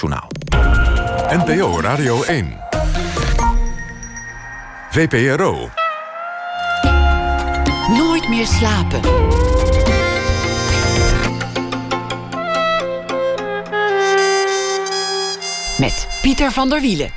Journaal. NPO Radio 1. VPRO. Nooit meer slapen. Met Pieter van der Wielen.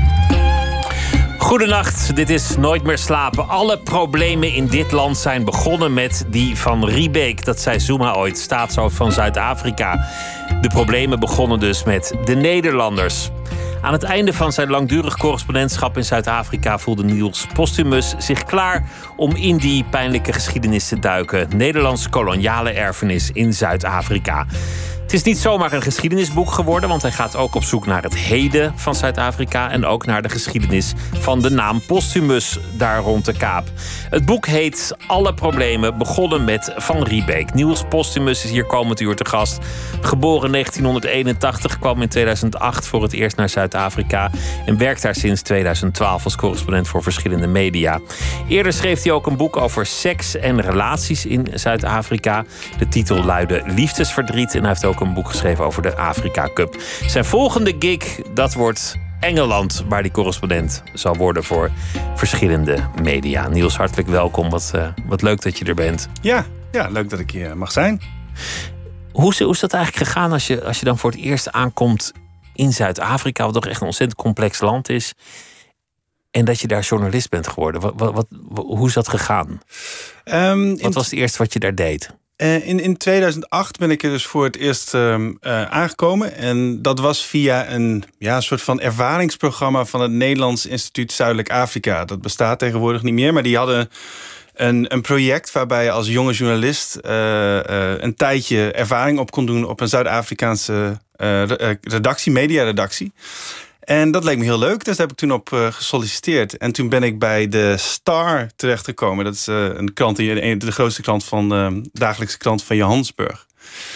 Goedenacht, dit is Nooit meer slapen. Alle problemen in dit land zijn begonnen met die van Riebeek. Dat zei Zuma ooit, staatshoofd van Zuid-Afrika. De problemen begonnen dus met de Nederlanders. Aan het einde van zijn langdurig correspondentschap in Zuid-Afrika voelde Niels Posthumus zich klaar om in die pijnlijke geschiedenis te duiken. Nederlands koloniale erfenis in Zuid-Afrika. Het is niet zomaar een geschiedenisboek geworden, want hij gaat ook op zoek naar het heden van Zuid-Afrika en ook naar de geschiedenis van de naam Posthumus daar rond de Kaap. Het boek heet Alle problemen begonnen met Van Riebeek. Niels Posthumus is hier komend uur te gast. Geboren 1981, kwam in 2008 voor het eerst naar Zuid-Afrika en werkt daar sinds 2012 als correspondent voor verschillende media. Eerder schreef hij ook een boek over seks en relaties in Zuid-Afrika. De titel luidde Liefdesverdriet en hij heeft ook een boek geschreven over de Afrika Cup. Zijn volgende gig, dat wordt Engeland, waar hij correspondent zal worden voor verschillende media. Niels, hartelijk welkom. Wat leuk dat je er bent. Ja, leuk dat ik hier mag zijn. Hoe is dat eigenlijk gegaan als je dan voor het eerst aankomt in Zuid-Afrika, wat toch echt een ontzettend complex land is, en dat je daar journalist bent geworden? Hoe is dat gegaan? Wat was het eerste wat je daar deed? In 2008 ben ik er dus voor het eerst aangekomen. En dat was via een soort van ervaringsprogramma van het Nederlands Instituut Zuidelijk Afrika. Dat bestaat tegenwoordig niet meer, maar die hadden een project waarbij je als jonge journalist een tijdje ervaring op kon doen op een Zuid-Afrikaanse redactie, mediaredactie. En dat leek me heel leuk, dus daar heb ik toen op gesolliciteerd. En toen ben ik bij de Star terechtgekomen. Dat is een krant, de grootste krant dagelijkse krant van Johannesburg.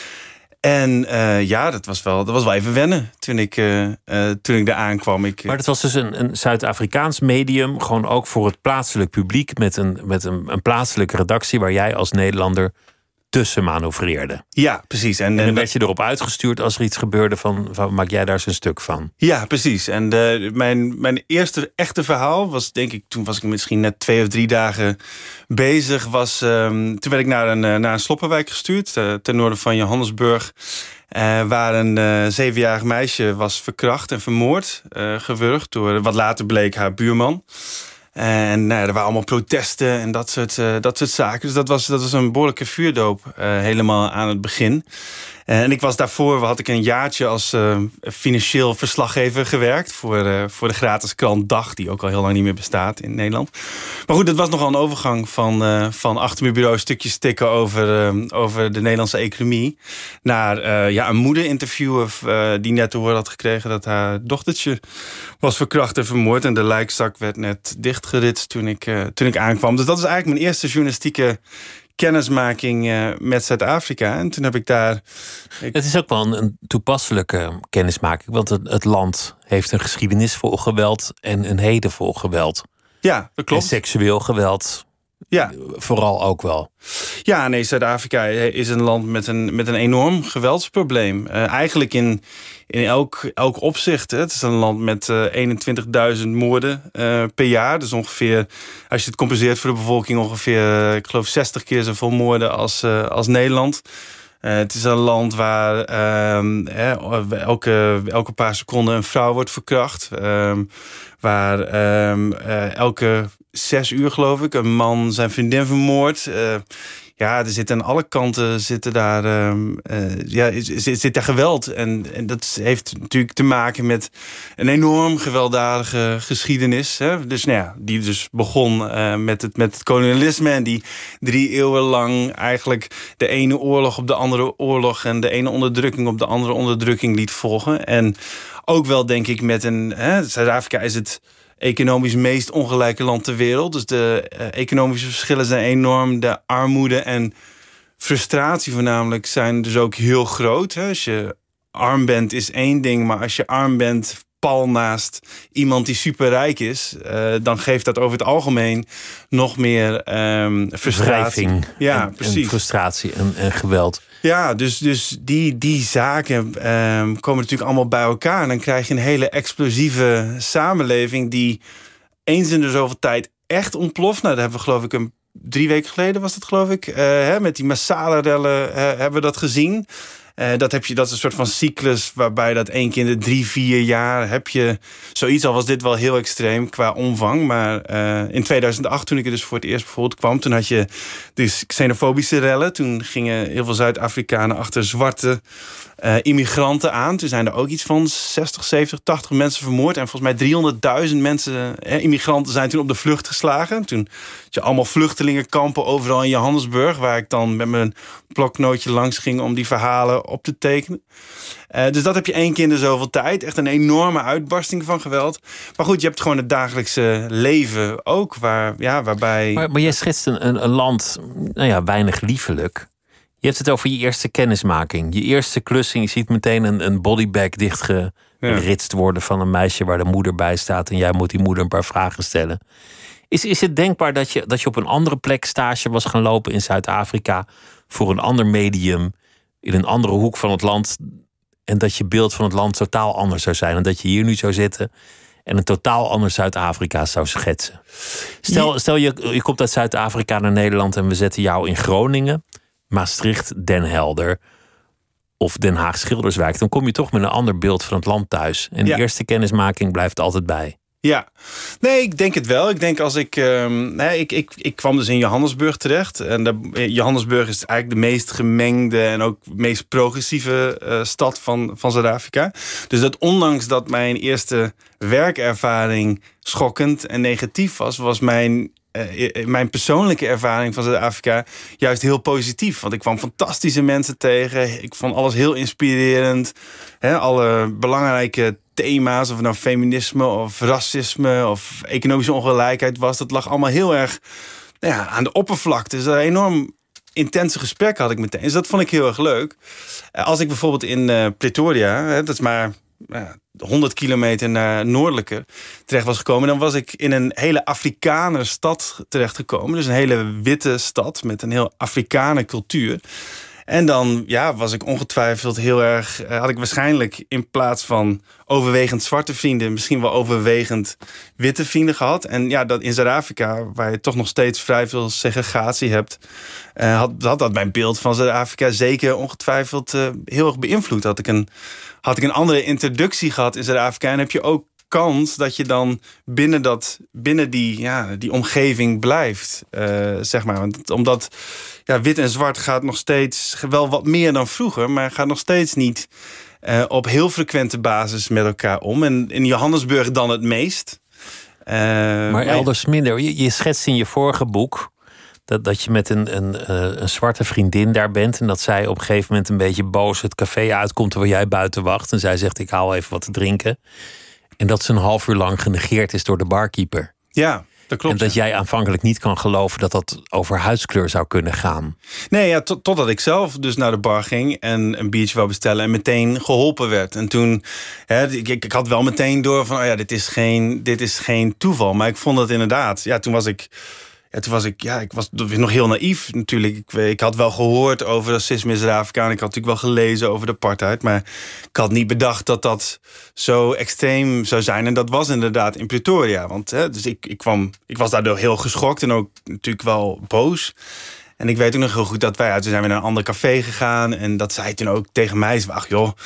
En dat was wel even wennen toen ik daar aankwam. Maar dat was dus een Zuid-Afrikaans medium, gewoon ook voor het plaatselijk publiek, met een plaatselijke redactie waar jij als Nederlander tussen manoeuvreerde. Ja, precies. En dan werd je erop uitgestuurd als er iets gebeurde van maak jij daar eens een stuk van. Ja, precies. En mijn eerste echte verhaal was, denk ik, toen was ik misschien net 2 of 3 dagen bezig. Toen werd ik naar een sloppenwijk gestuurd, ten noorden van Johannesburg. Waar een 7-jarig meisje was verkracht en vermoord, gewurgd door wat later bleek haar buurman. En er waren allemaal protesten en dat soort zaken. Dus dat was een behoorlijke vuurdoop helemaal aan het begin. En ik was daarvoor, had ik een jaartje als financieel verslaggever gewerkt voor de gratis krant Dag, die ook al heel lang niet meer bestaat in Nederland. Maar goed, dat was nogal een overgang van achter mijn bureau stukjes tikken over de Nederlandse economie naar een moeder interviewen die net te horen had gekregen dat haar dochtertje was verkracht en vermoord. En de lijkzak werd net dichtgeritst toen ik aankwam. Dus dat is eigenlijk mijn eerste journalistieke kennismaking met Zuid-Afrika. En toen heb ik daar... Het is ook wel een toepasselijke kennismaking, want het land heeft een geschiedenis vol geweld en een heden vol geweld. Ja, dat klopt. En seksueel geweld. Ja. Vooral ook wel. Ja, nee, Zuid-Afrika is een land met een enorm geweldsprobleem. Eigenlijk in elk opzicht. Hè. Het is een land met 21.000 moorden per jaar. Dus ongeveer, als je het compenseert voor de bevolking, ongeveer, ik geloof, 60 keer zoveel moorden als Nederland. Het is een land waar elke paar seconden een vrouw wordt verkracht. Waar elke 6 uur, geloof ik, een man zijn vriendin vermoordt. Er zit aan alle kanten zit daar geweld. En dat heeft natuurlijk te maken met een enorm gewelddadige geschiedenis. Hè? Dus die dus begon met het kolonialisme. En die 3 eeuwen lang eigenlijk de ene oorlog op de andere oorlog en de ene onderdrukking op de andere onderdrukking liet volgen. En ook wel, denk ik, Zuid-Afrika is het economisch meest ongelijke land ter wereld. Dus de economische verschillen zijn enorm. De armoede en frustratie voornamelijk zijn dus ook heel groot. Hè? Als je arm bent is één ding, maar als je arm bent pal naast iemand die superrijk is, dan geeft dat over het algemeen nog meer frustratie. Wrijving precies. En frustratie en geweld. Ja, dus die zaken komen natuurlijk allemaal bij elkaar. En dan krijg je een hele explosieve samenleving die eens in de zoveel tijd echt ontploft. Nou, dat hebben we geloof ik 3 weken geleden was dat geloof ik. Met die massale rellen hebben we dat gezien. Dat is een soort van cyclus waarbij dat 1 keer in de 3-4 jaar heb je zoiets. Al was dit wel heel extreem qua omvang. Maar in 2008, toen ik er dus voor het eerst bijvoorbeeld kwam, toen had je dus xenofobische rellen. Toen gingen heel veel Zuid-Afrikanen achter zwarte immigranten aan. Toen zijn er ook iets van 60, 70, 80 mensen vermoord. En volgens mij 300.000 mensen, immigranten, zijn toen op de vlucht geslagen. Toen had je allemaal vluchtelingenkampen overal in Johannesburg, waar ik dan met mijn bloknootje langs ging om die verhalen op te tekenen. Dus dat heb je 1 keer in de zoveel tijd. Echt een enorme uitbarsting van geweld. Maar goed, je hebt gewoon het dagelijkse leven ook, waarbij... Maar jij schetst een land, weinig liefelijk. Je hebt het over je eerste kennismaking. Je eerste klussing. Je ziet meteen een bodybag dichtgeritst worden van een meisje waar de moeder bij staat. En jij moet die moeder een paar vragen stellen. Is het denkbaar dat je op een andere plek stage was gaan lopen in Zuid-Afrika voor een ander medium in een andere hoek van het land en dat je beeld van het land totaal anders zou zijn en dat je hier nu zou zitten en een totaal ander Zuid-Afrika zou schetsen? Stel je komt uit Zuid-Afrika naar Nederland en we zetten jou in Groningen, Maastricht, Den Helder of Den Haag Schilderswijk. Dan kom je toch met een ander beeld van het land thuis. En de eerste kennismaking blijft altijd bij. Ja, nee, ik denk het wel. Ik denk als ik kwam dus in Johannesburg terecht. En Johannesburg is eigenlijk de meest gemengde en ook meest progressieve stad van Zuid-Afrika. Dus dat ondanks dat mijn eerste werkervaring schokkend en negatief was mijn persoonlijke ervaring van Zuid-Afrika juist heel positief. Want ik kwam fantastische mensen tegen. Ik vond alles heel inspirerend. Alle belangrijke thema's, of het nou feminisme of racisme of economische ongelijkheid was, dat lag allemaal heel erg aan de oppervlakte. Dus een enorm intense gesprek had ik meteen. Dus dat vond ik heel erg leuk. Als ik bijvoorbeeld in Pretoria, dat is maar 100 kilometer naar noordelijker, terecht was gekomen, dan was ik in een hele Afrikaner stad terechtgekomen. Dus een hele witte stad met een heel Afrikaner cultuur. En dan was ik ongetwijfeld heel erg, had ik waarschijnlijk in plaats van overwegend zwarte vrienden misschien wel overwegend witte vrienden gehad. En dat in Zuid-Afrika, waar je toch nog steeds vrij veel segregatie hebt, had dat mijn beeld van Zuid-Afrika zeker ongetwijfeld heel erg beïnvloed. Had ik een andere introductie gehad in Zuid-Afrika en heb je ook kans dat je dan binnen die omgeving blijft, zeg maar. Omdat wit en zwart gaat nog steeds wel wat meer dan vroeger, maar gaat nog steeds niet op heel frequente basis met elkaar om. En in Johannesburg dan het meest. Maar elders minder. Je schetst in je vorige boek dat je met een zwarte vriendin daar bent en dat zij op een gegeven moment een beetje boos het café uitkomt terwijl jij buiten wacht. En zij zegt, ik haal even wat te drinken. En dat ze een half uur lang genegeerd is door de barkeeper. Ja, dat klopt. En dat jij aanvankelijk niet kan geloven dat dat over huidskleur zou kunnen gaan. Nee, totdat ik zelf dus naar de bar ging en een biertje wou bestellen en meteen geholpen werd. En toen, ik had wel meteen door van, dit is geen toeval. Maar ik vond het inderdaad, toen was ik nog heel naïef natuurlijk. Ik had wel gehoord over racisme in Zuid-Afrika. Ik had natuurlijk wel gelezen over de apartheid. Maar ik had niet bedacht dat dat zo extreem zou zijn. En dat was inderdaad in Pretoria. Want dus ik was daardoor heel geschokt en ook natuurlijk wel boos. En ik weet ook nog heel goed dat toen zijn we naar een ander café gegaan. En dat zij toen ook tegen mij zei,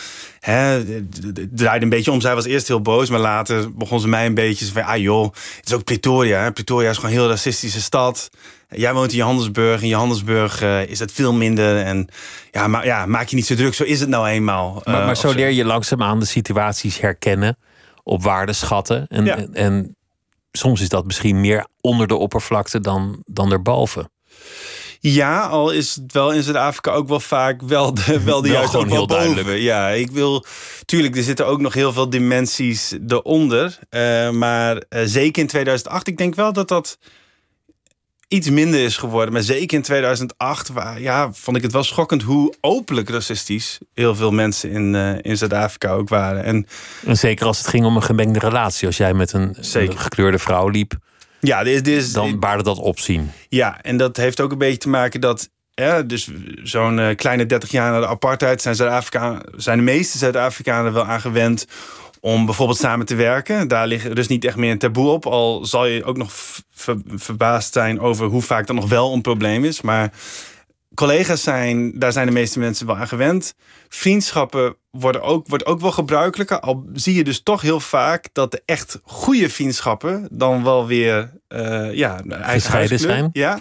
het draaide een beetje om. Zij was eerst heel boos, maar later begon ze mij een beetje van, het is ook Pretoria. Hè? Pretoria is gewoon een heel racistische stad. Jij woont in Johannesburg. In Johannesburg is het veel minder. En maak je niet zo druk. Zo is het nou eenmaal. Maar zo leer je langzaamaan de situaties herkennen, op waarde schatten. En soms is dat misschien meer onder de oppervlakte dan erboven. Ja, al is het wel in Zuid-Afrika ook wel vaak wel de juiste ook wel boven. Duidelijk. Ja, tuurlijk, er zitten ook nog heel veel dimensies eronder. Maar zeker in 2008, ik denk wel dat iets minder is geworden. Maar zeker in 2008 vond ik het wel schokkend hoe openlijk racistisch heel veel mensen in Zuid-Afrika ook waren. En zeker als het ging om een gemengde relatie. Als jij met een gekleurde vrouw liep, dan baarde dat opzien. Ja, en dat heeft ook een beetje te maken dat dus zo'n kleine 30 jaar na de apartheid zijn de meeste Zuid-Afrikanen wel aan gewend om bijvoorbeeld samen te werken. Daar ligt dus niet echt meer een taboe op. Al zal je ook nog verbaasd zijn over hoe vaak dat nog wel een probleem is. Maar collega's daar zijn de meeste mensen wel aan gewend. Vriendschappen wordt ook wel gebruikelijker. Al zie je dus toch heel vaak dat de echt goede vriendschappen dan wel weer gescheiden zijn. Ja.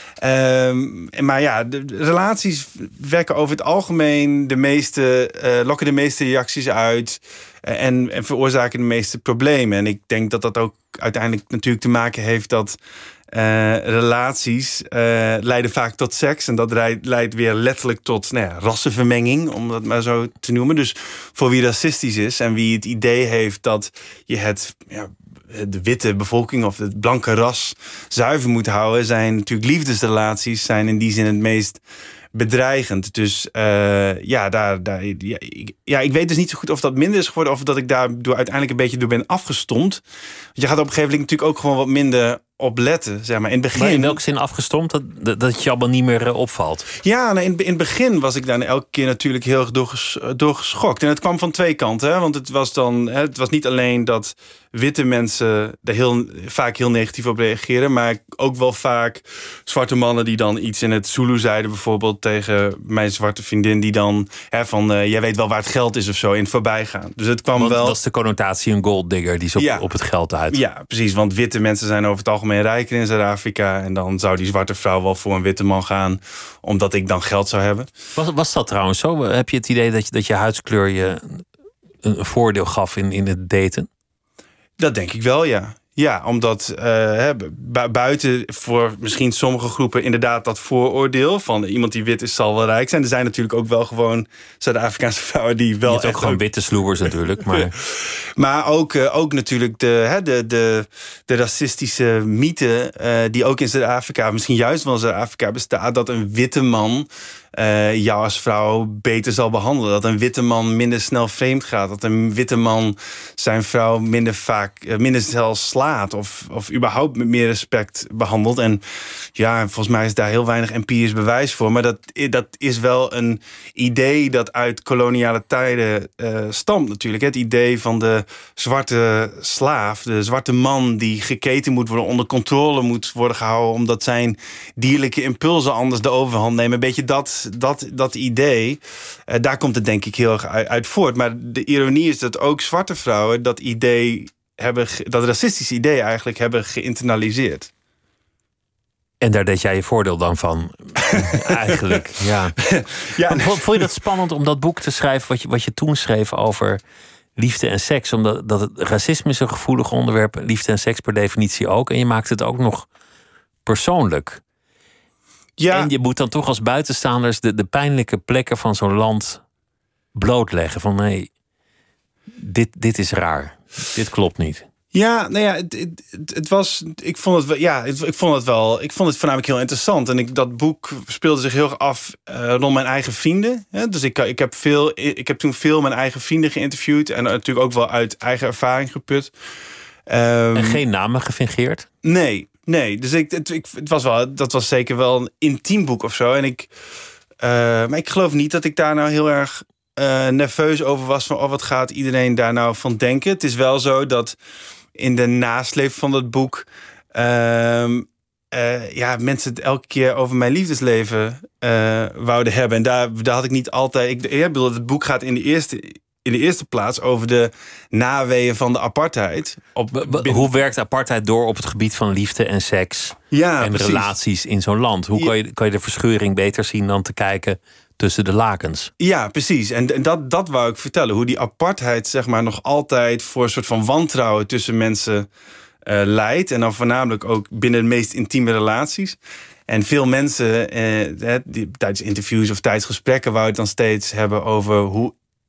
Maar de relaties wekken over het algemeen lokken de meeste reacties uit en veroorzaken de meeste problemen. En ik denk dat dat ook uiteindelijk natuurlijk te maken heeft dat relaties leiden vaak tot seks. En dat leidt weer letterlijk tot rassenvermenging, om dat maar zo te noemen. Dus voor wie racistisch is en wie het idee heeft dat je de witte bevolking of het blanke ras zuiver moet houden, zijn natuurlijk liefdesrelaties zijn in die zin het meest bedreigend. Dus ik weet dus niet zo goed of dat minder is geworden of dat ik daar uiteindelijk een beetje door ben afgestompt. Want je gaat op een gegeven moment natuurlijk ook gewoon wat minder op letten, zeg maar. In het begin, maar in welke zin afgestompt? Dat je allemaal niet meer opvalt? Ja, in het begin was ik daar elke keer natuurlijk heel erg door geschokt. En het kwam van twee kanten. Hè? Want het was niet alleen dat witte mensen er vaak heel negatief op reageren, maar ook wel vaak zwarte mannen die dan iets in het Zulu zeiden, bijvoorbeeld tegen mijn zwarte vriendin, die dan jij weet wel waar het geld is of zo, in het voorbijgaan. Dus het kwam wel. Dat is de connotatie een gold digger, die is op het geld uit. Ja, precies. Want witte mensen zijn over het algemeen rijker in Zuid-Afrika. En dan zou die zwarte vrouw wel voor een witte man gaan, omdat ik dan geld zou hebben. Was dat trouwens zo? Heb je het idee dat je huidskleur je een voordeel gaf in het daten? Dat denk ik wel, ja. Ja, omdat buiten voor misschien sommige groepen inderdaad dat vooroordeel van iemand die wit is zal wel rijk zijn. Er zijn natuurlijk ook wel gewoon Zuid-Afrikaanse vrouwen die wel. Je hebt ook gewoon witte sloebers natuurlijk. Maar ook natuurlijk de racistische mythe die ook in Zuid-Afrika, misschien juist wel in Zuid-Afrika bestaat, dat een witte man jou als vrouw beter zal behandelen. Dat een witte man minder snel vreemd gaat. Dat een witte man zijn vrouw minder snel slaat. Of überhaupt met meer respect behandelt. En volgens mij is daar heel weinig empirisch bewijs voor. Maar dat is wel een idee dat uit koloniale tijden stamt natuurlijk. Het idee van de zwarte slaaf. De zwarte man die geketen moet worden, onder controle moet worden gehouden, omdat zijn dierlijke impulsen anders de overhand nemen. Een beetje dat idee, daar komt het denk ik heel erg uit voort. Maar de ironie is dat ook zwarte vrouwen dat racistische idee eigenlijk hebben geïnternaliseerd. En daar deed jij je voordeel dan van, eigenlijk. Ja. Vond je dat spannend om dat boek te schrijven wat je toen schreef over liefde en seks? Omdat het racisme is een gevoelig onderwerp, liefde en seks per definitie ook. En je maakt het ook nog persoonlijk. Ja. En je moet dan toch als buitenstaanders de pijnlijke plekken van zo'n land blootleggen. Van nee, dit is raar. Dit klopt niet. Ja, het was. Ik vond het voornamelijk heel interessant. En dat boek speelde zich heel erg af rond mijn eigen vrienden. Dus ik heb toen veel mijn eigen vrienden geïnterviewd. En natuurlijk ook wel uit eigen ervaring geput. En geen namen gefingeerd? Nee, dus dat was zeker wel een intiem boek of zo. En maar ik geloof niet dat ik daar nou heel erg nerveus over was van wat gaat iedereen daar nou van denken. Het is wel zo dat in de nasleep van dat boek mensen het elke keer over mijn liefdesleven wouden hebben. En daar had ik niet altijd. Ik bedoel, het boek gaat in de eerste plaats over de naweeën van de apartheid. Hoe werkt apartheid door op het gebied van liefde en seks en precies. Relaties in zo'n land? Hoe kan je de verscheuring beter zien dan te kijken tussen de lakens? Ja, precies. En dat wou ik vertellen. Hoe die apartheid zeg maar nog altijd voor een soort van wantrouwen tussen mensen leidt. En dan voornamelijk ook binnen de meest intieme relaties. En veel mensen die tijdens interviews of tijdens gesprekken wou het dan steeds hebben over hoe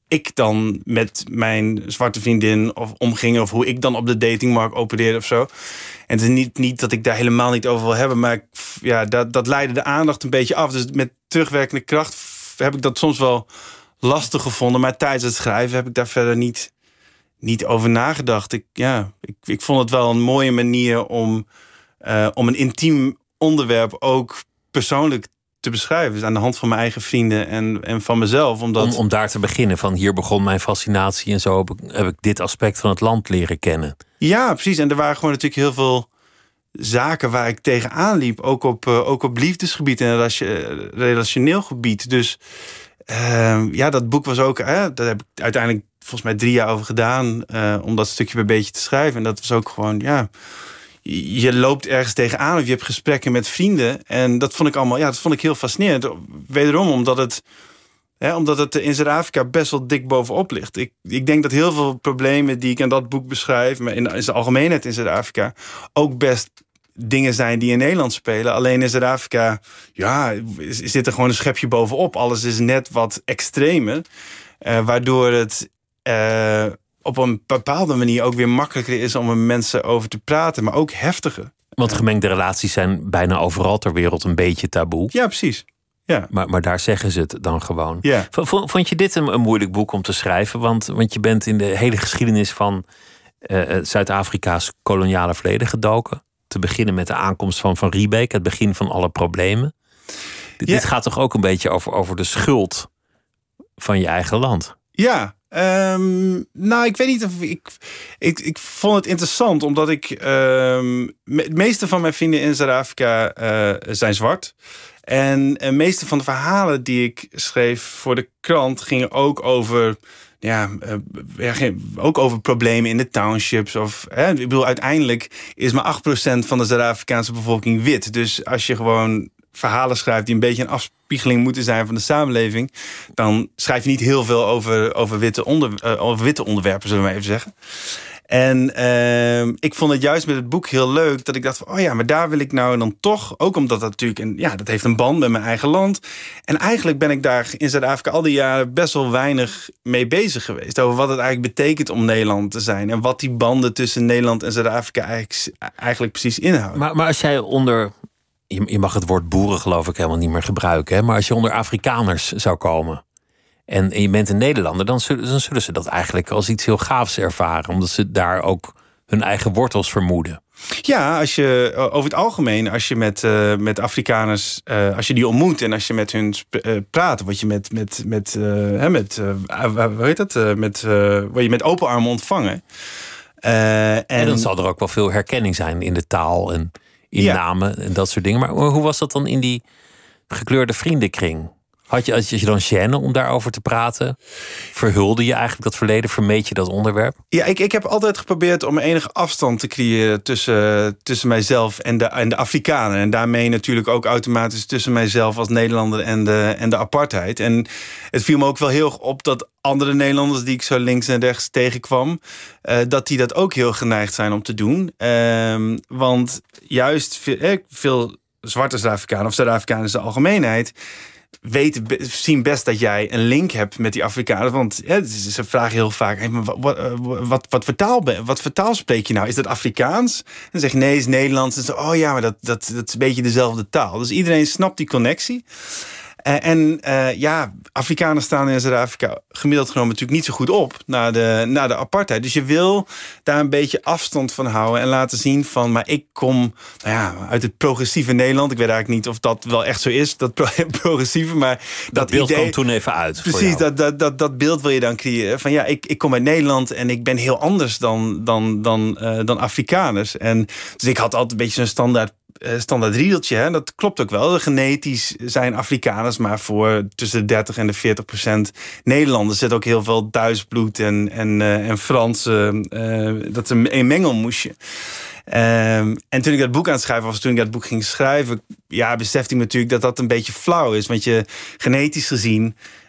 ik dan met mijn zwarte vriendin of omging, of hoe ik dan op de datingmarkt opereerde of zo. En het is niet dat ik daar helemaal niet over wil hebben, maar dat leidde de aandacht een beetje af. Dus met terugwerkende kracht heb ik dat soms wel lastig gevonden, maar tijdens het schrijven heb ik daar verder niet over nagedacht. Ik vond het wel een mooie manier om een intiem onderwerp ook persoonlijk te beschrijven. Dus aan de hand van mijn eigen vrienden en van mezelf. Om daar te beginnen, van hier begon mijn fascinatie en zo heb ik dit aspect van het land leren kennen. Ja, precies. En er waren gewoon natuurlijk heel veel zaken waar ik tegenaan liep. Ook op liefdesgebied en relationeel gebied. Dus dat boek was ook... daar heb ik uiteindelijk volgens mij 3 jaar over gedaan, om dat stukje bij beetje te schrijven. En dat was ook gewoon, je loopt ergens tegenaan of je hebt gesprekken met vrienden. En dat vond ik allemaal, dat vond ik heel fascinerend. Wederom omdat het in Zuid-Afrika best wel dik bovenop ligt. Ik denk dat heel veel problemen die ik in dat boek beschrijf, maar in zijn algemeenheid in Zuid-Afrika, ook best dingen zijn die in Nederland spelen. Alleen in Zuid-Afrika, zit er gewoon een schepje bovenop. Alles is net wat extremer. Waardoor het op een bepaalde manier ook weer makkelijker is om er mensen over te praten, maar ook heftiger. Want gemengde relaties zijn bijna overal ter wereld een beetje taboe. Ja, precies. Ja. Maar daar zeggen ze het dan gewoon. Ja. Vond je dit een moeilijk boek om te schrijven? Want je bent in de hele geschiedenis van Zuid-Afrika's koloniale verleden gedoken. Te beginnen met de aankomst van Riebeeck, het begin van alle problemen. Dit gaat toch ook een beetje over de schuld van je eigen land? Ja. Ik weet niet of ik vond het interessant, omdat ik het meeste van mijn vrienden in Zuid-Afrika zijn zwart. En de meeste van de verhalen die ik schreef voor de krant gingen ook over ook over problemen in de townships. Ik bedoel, uiteindelijk is maar 8% van de Zuid-Afrikaanse bevolking wit. Dus als je gewoon verhalen schrijft die een beetje een afspiegeling moeten zijn van de samenleving, dan schrijf je niet heel veel over witte onderwerpen, zullen we maar even zeggen. En ik vond het juist met het boek heel leuk dat ik dacht van, maar daar wil ik nou dan toch, ook omdat dat natuurlijk dat heeft een band met mijn eigen land. En eigenlijk ben ik daar in Zuid-Afrika al die jaren best wel weinig mee bezig geweest. Over wat het eigenlijk betekent om Nederland te zijn. En wat die banden tussen Nederland en Zuid-Afrika eigenlijk precies inhouden. Maar als jij je mag het woord boeren geloof ik helemaal niet meer gebruiken, hè? Maar als je onder Afrikaners zou komen en je bent een Nederlander, dan zullen ze dat eigenlijk als iets heel gaafs ervaren, omdat ze daar ook hun eigen wortels vermoeden. Ja, als je over het algemeen, als je met Afrikaners, als je die ontmoet en als je met hun praat, word je met open armen ontvangen. En dan zal er ook wel veel herkenning zijn in de taal en in namen en dat soort dingen. Maar hoe was dat dan in die gekleurde vriendenkring? Had je dan gêne om daarover te praten? Verhulde je eigenlijk dat verleden? Vermeed je dat onderwerp? Ja, ik heb altijd geprobeerd om enige afstand te creëren tussen mijzelf en de Afrikanen. En daarmee natuurlijk ook automatisch tussen mijzelf als Nederlander en de apartheid. En het viel me ook wel heel erg op dat andere Nederlanders die ik zo links en rechts tegenkwam, dat die dat ook heel geneigd zijn om te doen. Want juist veel zwarte Zuid-Afrikanen of Zuid-Afrikanen in de algemeenheid zien best dat jij een link hebt met die Afrikanen. Want ze vragen heel vaak, wat voor taal spreek je nou? Is dat Afrikaans? En dan zeg je nee, het is Nederlands. En zo, maar dat is een beetje dezelfde taal. Dus iedereen snapt die connectie. Afrikanen staan in Zuid-Afrika gemiddeld genomen natuurlijk niet zo goed op na de apartheid. Dus je wil daar een beetje afstand van houden en laten zien van, maar ik kom uit het progressieve Nederland. Ik weet eigenlijk niet of dat wel echt zo is, dat progressieve, maar dat beeld kwam toen even uit. Precies, dat beeld wil je dan creëren. Van ik kom uit Nederland en ik ben heel anders dan Afrikaners. En dus ik had altijd een beetje zo'n standaard riedeltje, hè? Dat klopt ook wel. Genetisch zijn Afrikaners maar voor tussen de 30% en de 40% Nederlanders. Er zit ook heel veel Duits bloed en Frans. Dat is een mengelmoesje. En toen ik dat boek aan het schrijven was, toen ik dat boek ging schrijven, besefte ik natuurlijk dat een beetje flauw is. Want genetisch gezien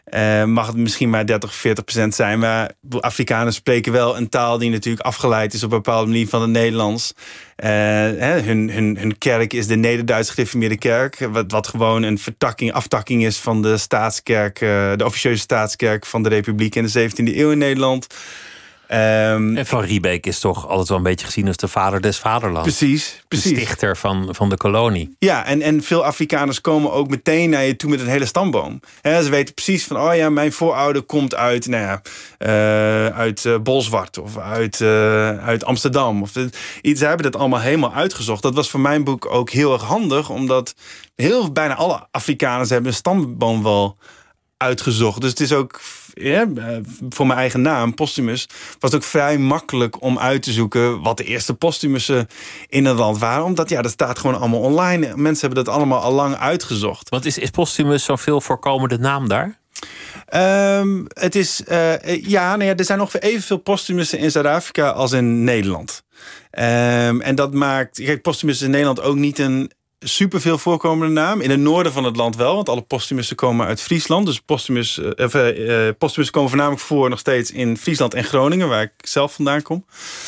mag het misschien maar 30-40% zijn. Maar Afrikaners spreken wel een taal die natuurlijk afgeleid is op een bepaalde manier van het Nederlands. Hun kerk is de Nederduits gereformeerde kerk. Wat gewoon een aftakking is van de staatskerk, de officieuze staatskerk van de Republiek in de 17e eeuw in Nederland. En Van Riebeeck is toch altijd wel een beetje gezien als de vader des vaderlands. Precies. De stichter van de kolonie. Ja, en veel Afrikaners komen ook meteen naar je toe met een hele stamboom. Ze weten precies van, mijn voorouder komt uit, uit Bolzwart of uit Amsterdam. Ze hebben dat allemaal helemaal uitgezocht. Dat was voor mijn boek ook heel erg handig, omdat bijna alle Afrikaners hebben een stamboom wel uitgezocht. Dus het is ook voor mijn eigen naam, Posthumus, was het ook vrij makkelijk om uit te zoeken wat de eerste Posthumussen in het land waren. Omdat dat staat gewoon allemaal online. Mensen hebben dat allemaal al lang uitgezocht. Want is Posthumus zo'n veel voorkomende naam daar? Het is, er zijn ongeveer evenveel Posthumussen in Zuid-Afrika als in Nederland. En dat maakt, Posthumus in Nederland ook niet een superveel voorkomende naam. In het noorden van het land wel, want alle Posthumussen komen uit Friesland. Dus Posthumussen komen voornamelijk voor nog steeds in Friesland en Groningen, waar ik zelf vandaan kom.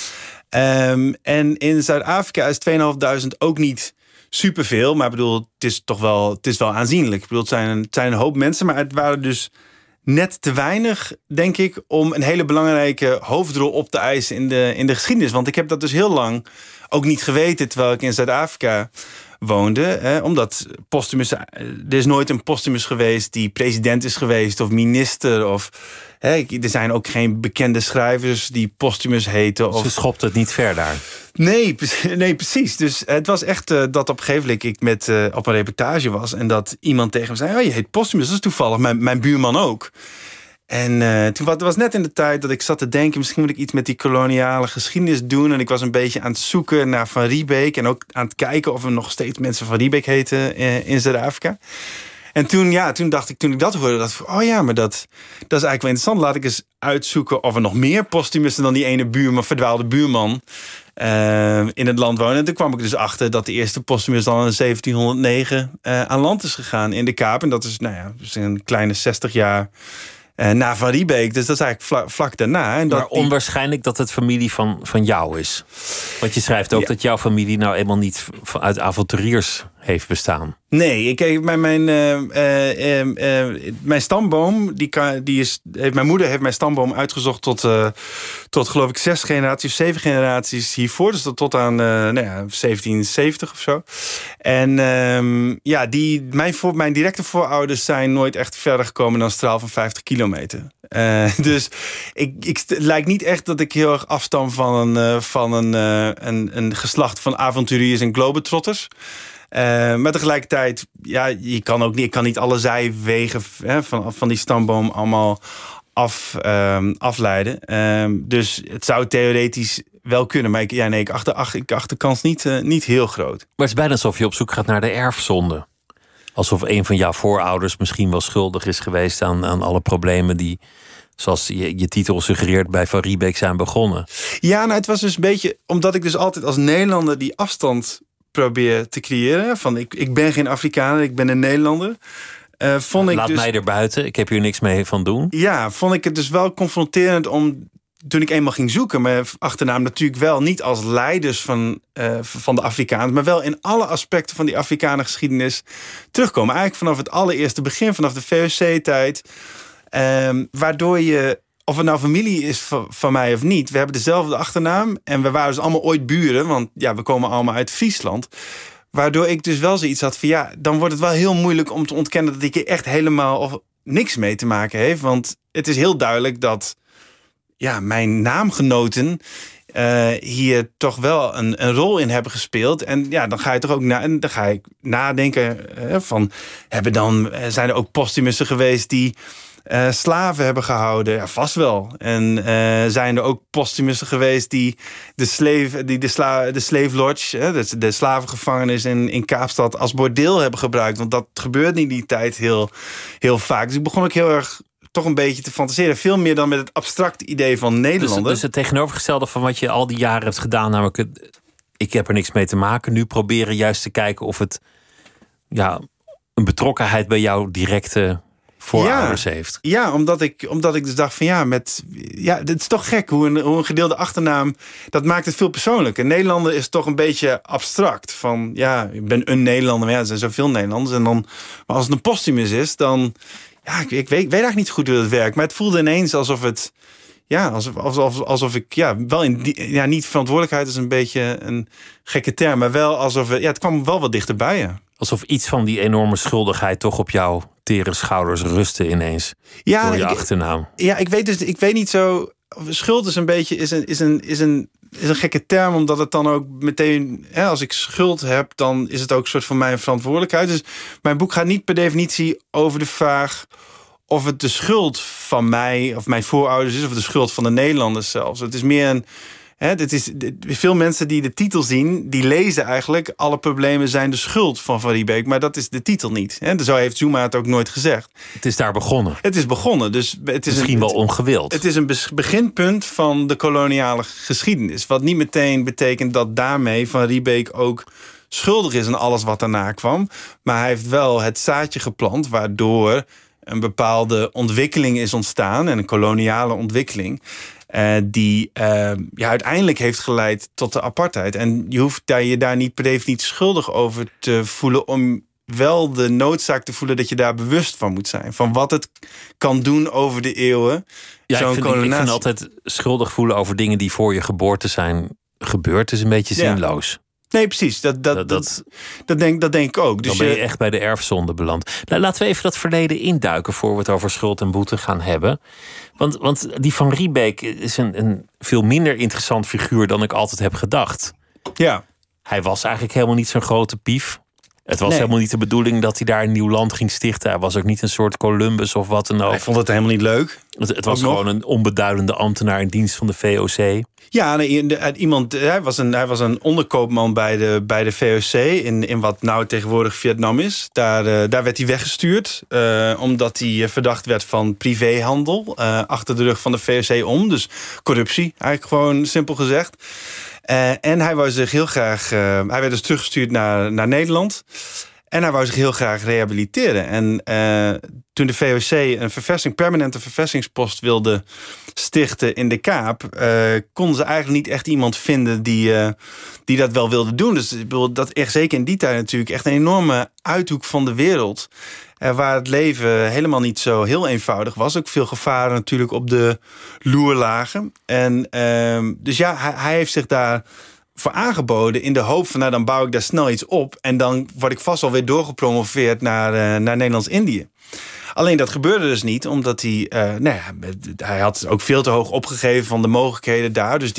En in Zuid-Afrika is 2.500 ook niet superveel, maar ik bedoel, het is wel aanzienlijk. Ik bedoel, het zijn een hoop mensen, maar het waren dus net te weinig, denk ik, om een hele belangrijke hoofdrol op te eisen in de geschiedenis. Want ik heb dat dus heel lang ook niet geweten, terwijl ik in Zuid-Afrika woonde. Omdat Posthumus, er is nooit een Posthumus geweest die president is geweest of minister. Er zijn ook geen bekende schrijvers die Posthumus heten. Ze schopt het niet ver daar. Nee, precies. Dus het was echt dat op een gegeven moment ik op een reportage was en dat iemand tegen me zei, je heet Posthumus, dat is toevallig. Mijn buurman ook. En toen was net in de tijd dat ik zat te denken, misschien moet ik iets met die koloniale geschiedenis doen. En ik was een beetje aan het zoeken naar Van Riebeeck en ook aan het kijken of er nog steeds mensen Van Riebeeck heten in Zuid-Afrika. En toen dacht ik, toen ik dat hoorde, dacht ik, maar dat is eigenlijk wel interessant. Laat ik eens uitzoeken of er nog meer Posthumussen dan die ene verdwaalde buurman in het land wonen. En toen kwam ik dus achter dat de eerste Posthumus al in 1709 aan land is gegaan in de Kaap. En dat is, dus een kleine 60 jaar na Van Riebeeck. Dus dat is eigenlijk vlak daarna. En maar onwaarschijnlijk dat het familie van jou is. Want je schrijft ook dat jouw familie nou eenmaal niet uit avonturiers heeft bestaan. Nee, mijn stamboom, mijn moeder heeft mijn stamboom uitgezocht tot geloof ik 6 generaties of 7 generaties hiervoor. Dus tot aan 1770 of zo. En mijn directe voorouders zijn nooit echt verder gekomen dan een straal van 50 kilometer. Dus ik lijkt niet echt dat ik heel erg afstam van een geslacht van avonturiers en globetrotters. Maar tegelijkertijd, ik kan niet alle zijwegen van die stamboom allemaal afleiden. Dus het zou theoretisch wel kunnen. Maar ik acht de kans niet heel groot. Maar het is bijna alsof je op zoek gaat naar de erfzonde. Alsof een van jouw voorouders misschien wel schuldig is geweest aan alle problemen die, zoals je titel suggereert, bij Van Riebeeck zijn begonnen. Ja, het was dus een beetje omdat ik dus altijd als Nederlander die afstand probeer te creëren. Van ik ben geen Afrikaner, ik ben een Nederlander. Laat mij er buiten, ik heb hier niks mee van doen. Ja, vond ik het dus wel confronterend toen ik eenmaal ging zoeken, mijn achternaam natuurlijk wel niet als leiders van de Afrikanen, maar wel in alle aspecten van die Afrikanengeschiedenis terugkomen. Eigenlijk vanaf het allereerste begin, vanaf de VOC-tijd. Waardoor je, of het nou familie is van mij of niet, we hebben dezelfde achternaam en we waren dus allemaal ooit buren, want we komen allemaal uit Friesland. Waardoor ik dus wel zoiets had van dan wordt het wel heel moeilijk om te ontkennen dat ik hier echt helemaal of niks mee te maken heeft. Want het is heel duidelijk dat mijn naamgenoten hier toch wel een rol in hebben gespeeld. En dan ga je toch ook dan ga ik nadenken van zijn er ook Posthumussen geweest die slaven hebben gehouden? Ja, vast wel. En zijn er ook Posthumussen geweest die de slave lodge, de slavengevangenis in Kaapstad, als bordeel hebben gebruikt? Want dat gebeurde in die tijd heel, heel vaak. Dus ik begon ook heel erg toch een beetje te fantaseren. Veel meer dan met het abstracte idee van Nederlander. Dus het tegenovergestelde van wat je al die jaren hebt gedaan, namelijk ik heb er niks mee te maken. Nu proberen juist te kijken of het een betrokkenheid bij jouw directe voorouders heeft. Ja, omdat ik dus dacht van het is toch gek hoe een gedeelde achternaam, dat maakt het veel persoonlijker. Nederlander is toch een beetje abstract. Van ik ben een Nederlander, maar er zijn zoveel Nederlanders. En dan, maar als het een postumus is, dan ik weet eigenlijk niet goed hoe dat werkt. Maar het voelde ineens alsof het alsof ik wel niet verantwoordelijkheid is een beetje een gekke term, maar wel alsof het kwam wel wat dichterbij. Ja. Alsof iets van die enorme schuldigheid toch op jouw tere schouders rustte ineens. Door je achternaam. Ja, ik weet niet zo. Schuld is een beetje is een gekke term, omdat het dan ook meteen, als ik schuld heb, dan is het ook een soort van mijn verantwoordelijkheid. Dus mijn boek gaat niet per definitie over de vraag of het de schuld van mij of mijn voorouders is, of de schuld van de Nederlanders zelfs. Het is meer veel mensen die de titel zien, die lezen eigenlijk alle problemen zijn de schuld van Riebeeck, maar dat is de titel niet. Zo heeft Zuma het ook nooit gezegd. Het is daar begonnen. Het is begonnen, dus het is misschien wel ongewild. Het is een beginpunt van de koloniale geschiedenis, wat niet meteen betekent dat daarmee Van Riebeeck ook schuldig is aan alles wat daarna kwam, maar hij heeft wel het zaadje geplant waardoor een bepaalde ontwikkeling is ontstaan, en een koloniale ontwikkeling, die uiteindelijk heeft geleid tot de apartheid. En je hoeft je daar niet per definitie schuldig over te voelen, om wel de noodzaak te voelen dat je daar bewust van moet zijn. Van wat het kan doen over de eeuwen. Ja, ik vind altijd schuldig voelen over dingen die voor je geboorte zijn gebeurd, is een beetje zinloos. Nee, precies. Dat denk ik ook. Dus dan ben je echt bij de erfzonde beland. Nou, laten we even dat verleden induiken voor we het over schuld en boete gaan hebben. Want die Van Riebeeck is een veel minder interessant figuur dan ik altijd heb gedacht. Ja. Hij was eigenlijk helemaal niet zo'n grote pief. Het was helemaal niet de bedoeling dat hij daar een nieuw land ging stichten. Hij was ook niet een soort Columbus of wat dan ook. Hij vond het helemaal niet leuk. Het was gewoon een onbeduidende ambtenaar in dienst van de VOC. Ja, hij was een onderkoopman bij de VOC in wat nou tegenwoordig Vietnam is. Daar werd hij weggestuurd, omdat hij verdacht werd van privéhandel achter de rug van de VOC om. Dus corruptie, eigenlijk gewoon simpel gezegd. En hij wou zich heel graag. Hij werd dus teruggestuurd naar Nederland. En hij wou zich heel graag rehabiliteren. En toen de VOC een permanente verversingspost wilde stichten in de Kaap, konden ze eigenlijk niet echt iemand vinden die dat wel wilde doen. Dus ik bedoel, dat echt zeker in die tijd natuurlijk echt een enorme uithoek van de wereld. Waar het leven helemaal niet zo heel eenvoudig was. Ook veel gevaren natuurlijk op de loer lagen. En dus hij heeft zich daar voor aangeboden in de hoop van, dan bouw ik daar snel iets op en dan word ik vast alweer doorgepromoveerd naar Nederlands-Indië. Alleen dat gebeurde dus niet, omdat hij had ook veel te hoog opgegeven van de mogelijkheden daar. Dus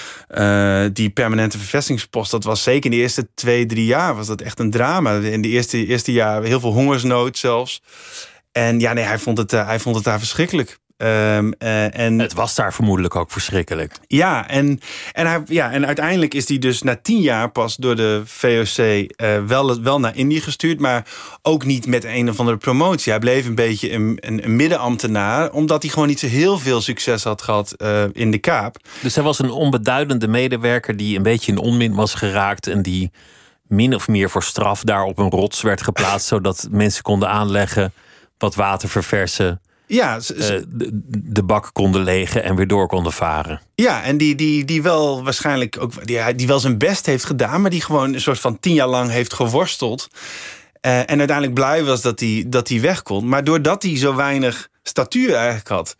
die permanente vervestingspost, dat was zeker in de eerste 2-3 jaar was dat echt een drama. In de eerste jaar heel veel hongersnood zelfs. En hij vond het daar verschrikkelijk. En het was daar vermoedelijk ook verschrikkelijk. Ja, en uiteindelijk is hij dus na 10 jaar pas door de VOC wel naar Indië gestuurd, maar ook niet met een of andere promotie. Hij bleef een beetje een middenambtenaar, omdat hij gewoon niet zo heel veel succes had gehad in de Kaap. Dus hij was een onbeduidende medewerker die een beetje in onmin was geraakt en die min of meer voor straf daar op een rots werd geplaatst, zodat mensen konden aanleggen, wat water verversen. Ja, de bak konden legen en weer door konden varen. Ja, en die wel waarschijnlijk ook die wel zijn best heeft gedaan, maar die gewoon een soort van 10 jaar lang heeft geworsteld. En uiteindelijk blij was dat hij weg kon. Maar doordat hij zo weinig statuur eigenlijk had,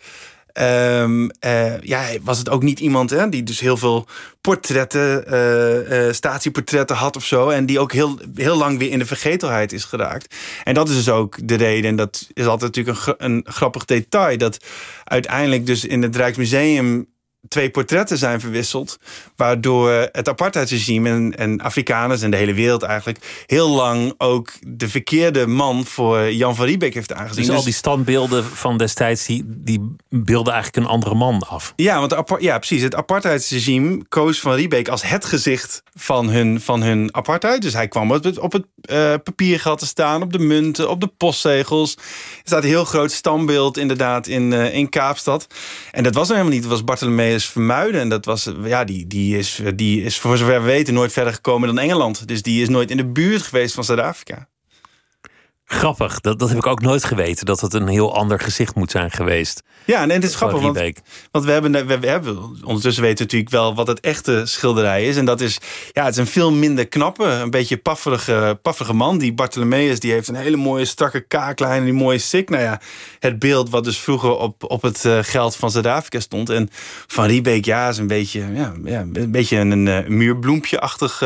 was het ook niet iemand die dus heel veel portretten, statieportretten had of zo, en die ook heel, heel lang weer in de vergetelheid is geraakt. En dat is dus ook de reden, en dat is altijd natuurlijk een grappig detail, dat uiteindelijk dus in het Rijksmuseum 2 portretten zijn verwisseld, waardoor het apartheidsregime en Afrikaners en de hele wereld eigenlijk heel lang ook de verkeerde man voor Jan van Riebeeck heeft aangezien. Dus al die standbeelden van destijds, die beelden eigenlijk een andere man af. Ja, precies. Het apartheidsregime koos Van Riebeeck als het gezicht van hun apartheid. Dus hij kwam op het papiergeld te staan, op de munten, op de postzegels. Er staat een heel groot standbeeld inderdaad in Kaapstad. En dat was nou helemaal niet. Het was Bartholomeus Vermuyden. En dat was, die is voor zover we weten nooit verder gekomen dan Engeland. Dus die is nooit in de buurt geweest van Zuid-Afrika. Grappig, dat heb ik ook nooit geweten. Dat het een heel ander gezicht moet zijn geweest. Ja, en het is grappig, want we hebben ondertussen weten natuurlijk wel wat het echte schilderij is. En dat is, het is een veel minder knappe, een beetje pafferige man. Die Bartholomeus, die heeft een hele mooie strakke kaaklijn en die mooie sik. Nou ja, het beeld wat dus vroeger op het geld van Zuid-Afrika stond. En Van Riebeeck, is een beetje een muurbloempje-achtig...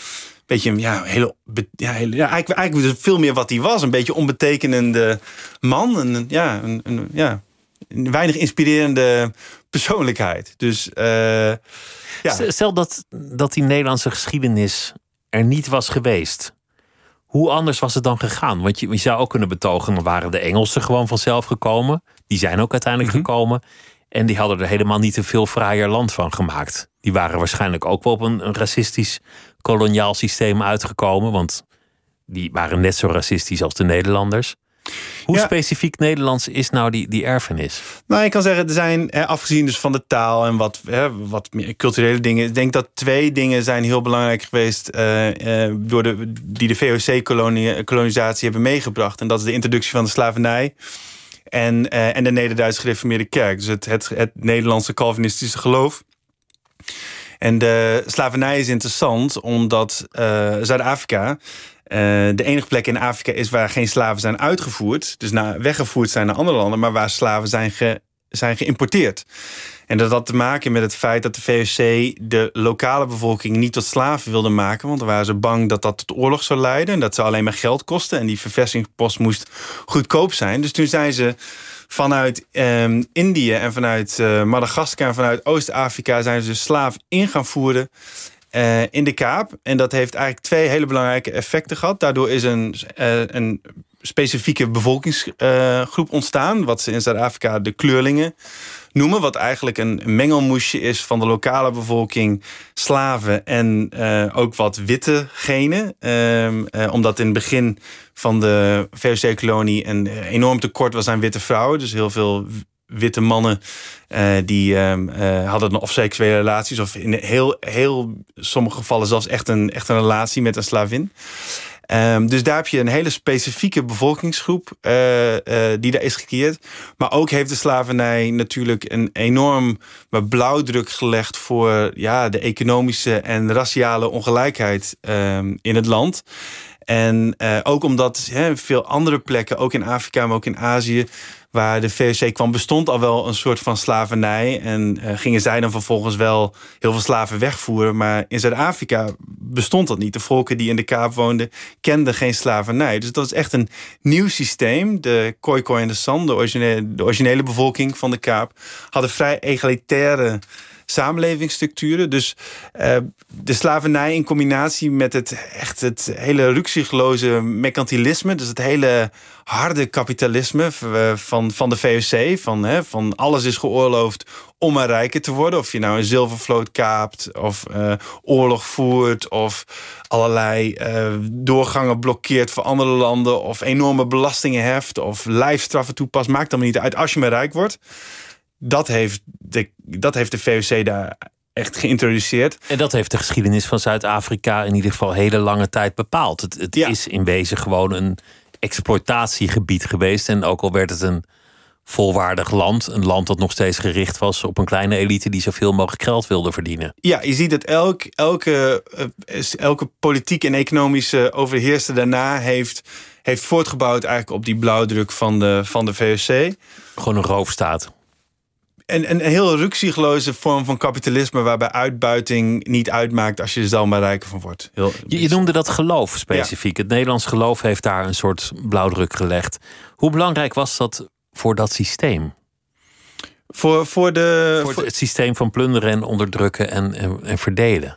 eigenlijk dus veel meer wat hij was. Een beetje onbetekenende man. Een weinig inspirerende persoonlijkheid. Dus, Stel dat die Nederlandse geschiedenis er niet was geweest. Hoe anders was het dan gegaan? Want je zou ook kunnen betogen, dan waren de Engelsen gewoon vanzelf gekomen. Die zijn ook uiteindelijk gekomen. En die hadden er helemaal niet een veel fraaier land van gemaakt. Die waren waarschijnlijk ook wel op een racistisch koloniaal systeem uitgekomen. Want die waren net zo racistisch als de Nederlanders. Hoe specifiek Nederlands is nou die erfenis? Nou, ik kan zeggen, er zijn, afgezien dus van de taal en wat meer culturele dingen... ik denk dat 2 dingen zijn heel belangrijk geweest... die de VOC-kolonisatie hebben meegebracht. En dat is de introductie van de slavernij... En de Nederduitse gereformeerde kerk. Dus het Nederlandse Calvinistische geloof. En de slavernij is interessant omdat Zuid-Afrika... de enige plek in Afrika is waar geen slaven zijn uitgevoerd. Dus weggevoerd zijn naar andere landen... maar waar slaven zijn geïmporteerd. En dat had te maken met het feit dat de VOC de lokale bevolking niet tot slaven wilde maken. Want dan waren ze bang dat dat tot oorlog zou leiden. En dat zou alleen maar geld kosten. En die verversingspost moest goedkoop zijn. Dus toen zijn ze vanuit Indië en vanuit Madagaskar en vanuit Oost-Afrika... zijn ze slaaf in gaan voeren in de Kaap. En dat heeft eigenlijk 2 hele belangrijke effecten gehad. Daardoor is een specifieke bevolkingsgroep ontstaan. Wat ze in Zuid-Afrika de kleurlingen noemen. Wat eigenlijk een mengelmoesje is van de lokale bevolking, slaven en ook wat witte genen. Omdat in het begin van de VOC-kolonie een enorm tekort was aan witte vrouwen. Dus heel veel witte mannen die hadden of seksuele relaties... of in heel sommige gevallen zelfs echt een relatie met een slavin. Dus daar heb je een hele specifieke bevolkingsgroep die daar is gecreëerd. Maar ook heeft de slavernij natuurlijk een enorm blauwdruk gelegd... voor de economische en raciale ongelijkheid in het land. En ook omdat veel andere plekken, ook in Afrika, maar ook in Azië... waar de VOC kwam, bestond al wel een soort van slavernij. En gingen zij dan vervolgens wel heel veel slaven wegvoeren. Maar in Zuid-Afrika bestond dat niet. De volken die in de Kaap woonden, kenden geen slavernij. Dus dat is echt een nieuw systeem. De Khoikhoi en de San, de originele bevolking van de Kaap... hadden vrij egalitaire samenlevingsstructuren. Dus de slavernij in combinatie met het hele rukzichtloze mercantilisme... dus het hele harde kapitalisme van de VOC... van alles is geoorloofd om maar rijker te worden. Of je nou een zilvervloot kaapt of oorlog voert... of allerlei doorgangen blokkeert voor andere landen... of enorme belastingen heft of lijfstraffen toepast. Maakt allemaal niet uit als je maar rijk wordt. Dat heeft de VOC daar echt geïntroduceerd. En dat heeft de geschiedenis van Zuid-Afrika in ieder geval hele lange tijd bepaald. Het is in wezen gewoon een exploitatiegebied geweest. En ook al werd het een volwaardig land, een land dat nog steeds gericht was op een kleine elite die zoveel mogelijk geld wilde verdienen. Ja, je ziet dat elke politiek en economische overheerster daarna heeft voortgebouwd eigenlijk op die blauwdruk van de VOC. Gewoon een roofstaat. Een heel rukzichtloze vorm van kapitalisme... waarbij uitbuiting niet uitmaakt als je er zelf maar rijker van wordt. Je noemde dat geloof specifiek. Ja. Het Nederlands geloof heeft daar een soort blauwdruk gelegd. Hoe belangrijk was dat voor dat systeem? Voor het systeem van plunderen en onderdrukken en verdelen?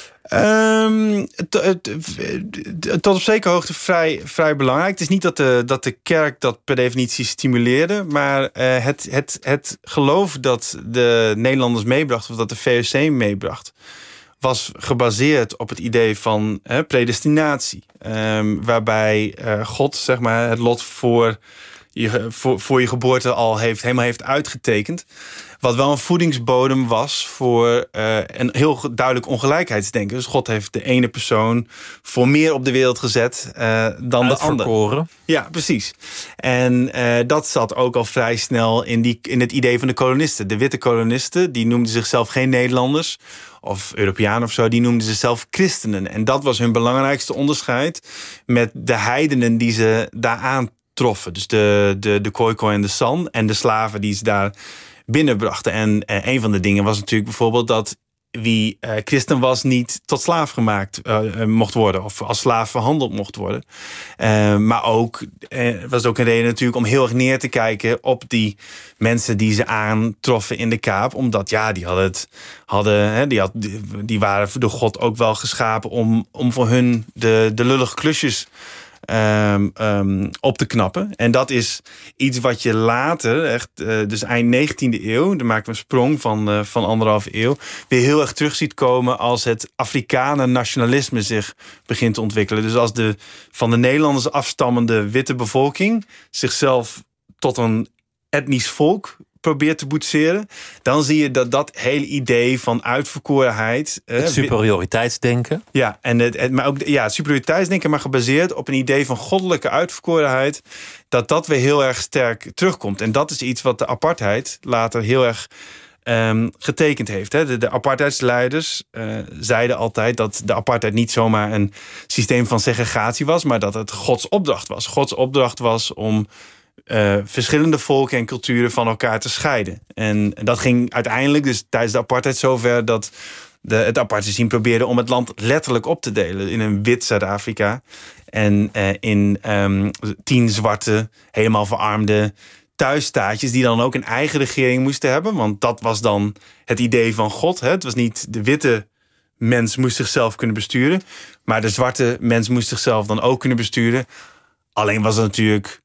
Tot op zekere hoogte vrij belangrijk. Het is niet dat de kerk dat per definitie stimuleerde... maar het geloof dat de Nederlanders meebrachten... of dat de VOC meebracht... was gebaseerd op het idee van predestinatie. Waarbij God zeg maar, het lot voor voor je geboorte al helemaal heeft uitgetekend. Wat wel een voedingsbodem was voor een heel duidelijk ongelijkheidsdenken. Dus God heeft de ene persoon voor meer op de wereld gezet dan de andere. Ja, precies. En dat zat ook al vrij snel in het idee van de kolonisten. De witte kolonisten, die noemden zichzelf geen Nederlanders of Europeanen of zo, die noemden zichzelf christenen. En dat was hun belangrijkste onderscheid met de heidenen die ze daar aantroffen. Dus de Khoikhoi en de San en de slaven die ze daar binnenbrachten. En een van de dingen was natuurlijk bijvoorbeeld dat wie christen was niet tot slaaf gemaakt mocht worden of als slaaf verhandeld mocht worden. Maar ook was ook een reden natuurlijk om heel erg neer te kijken op die mensen die ze aantroffen in de Kaap, omdat die waren door God ook wel geschapen om voor hun de lullige klusjes op te knappen. En dat is iets wat je later, echt, dus eind 19e eeuw, daar maken we een sprong van 1,5 eeuw, weer heel erg terug ziet komen als het Afrikaner nationalisme zich begint te ontwikkelen. Dus als de van de Nederlanders afstammende witte bevolking zichzelf tot een etnisch volk probeert te boetseren, dan zie je dat hele idee van uitverkorenheid, het superioriteitsdenken. Ja, maar ook het superioriteitsdenken, maar gebaseerd op een idee van goddelijke uitverkorenheid, dat weer heel erg sterk terugkomt. En dat is iets wat de apartheid later heel erg getekend heeft. De apartheidsleiders zeiden altijd dat de apartheid niet zomaar een systeem van segregatie was, maar dat het Gods opdracht was. Gods opdracht was om verschillende volken en culturen van elkaar te scheiden. En dat ging uiteindelijk dus tijdens de apartheid zover dat het apartheidsregime probeerde om het land letterlijk op te delen in een wit Zuid-Afrika en in 10 zwarte, helemaal verarmde thuisstaatjes die dan ook een eigen regering moesten hebben. Want dat was dan het idee van God. Het was niet de witte mens moest zichzelf kunnen besturen, maar de zwarte mens moest zichzelf dan ook kunnen besturen. Alleen was het natuurlijk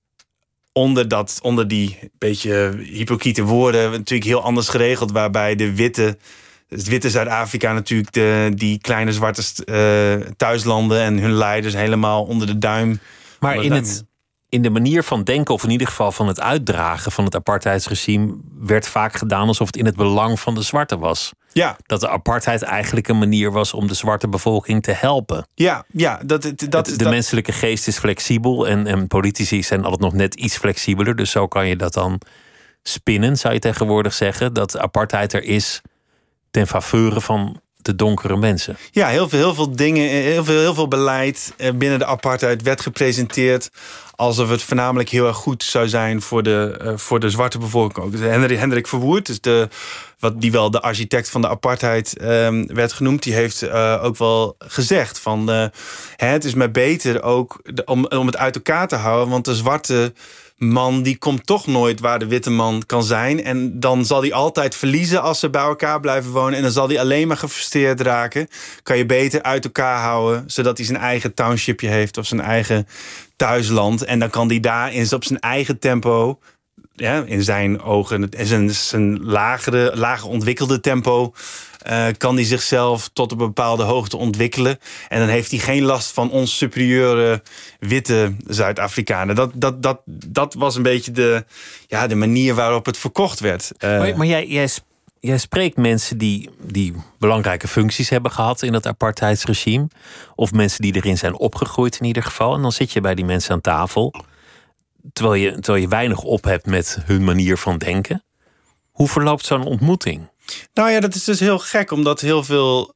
onder die beetje hypocriete woorden natuurlijk heel anders geregeld, waarbij het witte Zuid-Afrika natuurlijk die kleine zwarte thuislanden en hun leiders helemaal onder de duim. Maar in de manier van denken, of in ieder geval van het uitdragen van het apartheidsregime, werd vaak gedaan alsof het in het belang van de zwarte was. Ja. Dat de apartheid eigenlijk een manier was om de zwarte bevolking te helpen. Ja, de menselijke geest is flexibel en politici zijn altijd nog net iets flexibeler. Dus zo kan je dat dan spinnen, zou je tegenwoordig zeggen. Dat apartheid er is ten faveur van de donkere mensen. Ja, heel veel dingen, heel veel beleid binnen de apartheid werd gepresenteerd alsof het voornamelijk heel erg goed zou zijn voor de zwarte bevolking ook. Dus Hendrik Verwoerd, dus die wel de architect van de apartheid werd genoemd, die heeft ook wel gezegd van het is maar beter ook om het uit elkaar te houden, want de zwarte man die komt toch nooit waar de witte man kan zijn. En dan zal hij altijd verliezen als ze bij elkaar blijven wonen. En dan zal hij alleen maar gefrustreerd raken. Kan je beter uit elkaar houden, zodat hij zijn eigen townshipje heeft of zijn eigen thuisland. En dan kan hij daar op zijn eigen tempo, in zijn ogen, zijn lager ontwikkelde tempo, kan hij zichzelf tot een bepaalde hoogte ontwikkelen. En dan heeft hij geen last van ons superieure witte Zuid-Afrikanen. Dat was een beetje de manier waarop het verkocht werd. Maar jij spreekt mensen die belangrijke functies hebben gehad in het apartheidsregime. Of mensen die erin zijn opgegroeid in ieder geval. En dan zit je bij die mensen aan tafel, terwijl je weinig op hebt met hun manier van denken. Hoe verloopt zo'n ontmoeting? Nou ja, dat is dus heel gek, omdat heel veel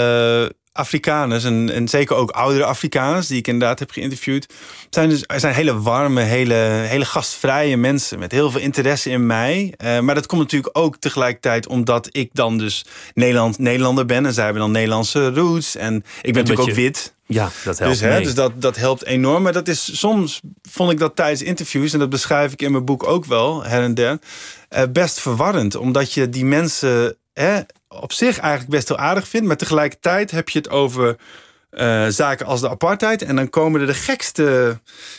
Afrikaners, en zeker ook oudere Afrikaners die ik inderdaad heb geïnterviewd, zijn hele warme, hele gastvrije mensen met heel veel interesse in mij. Maar dat komt natuurlijk ook tegelijkertijd omdat ik dan dus Nederlander ben en zij hebben dan Nederlandse roots en ik ben natuurlijk ook wit. Ja, dat helpt dus dat helpt enorm. Maar dat is soms, vond ik dat tijdens interviews, en dat beschrijf ik in mijn boek ook wel, her en der, best verwarrend. Omdat je die mensen op zich eigenlijk best heel aardig vindt, maar tegelijkertijd heb je het over zaken als de apartheid. En dan komen er de gekste,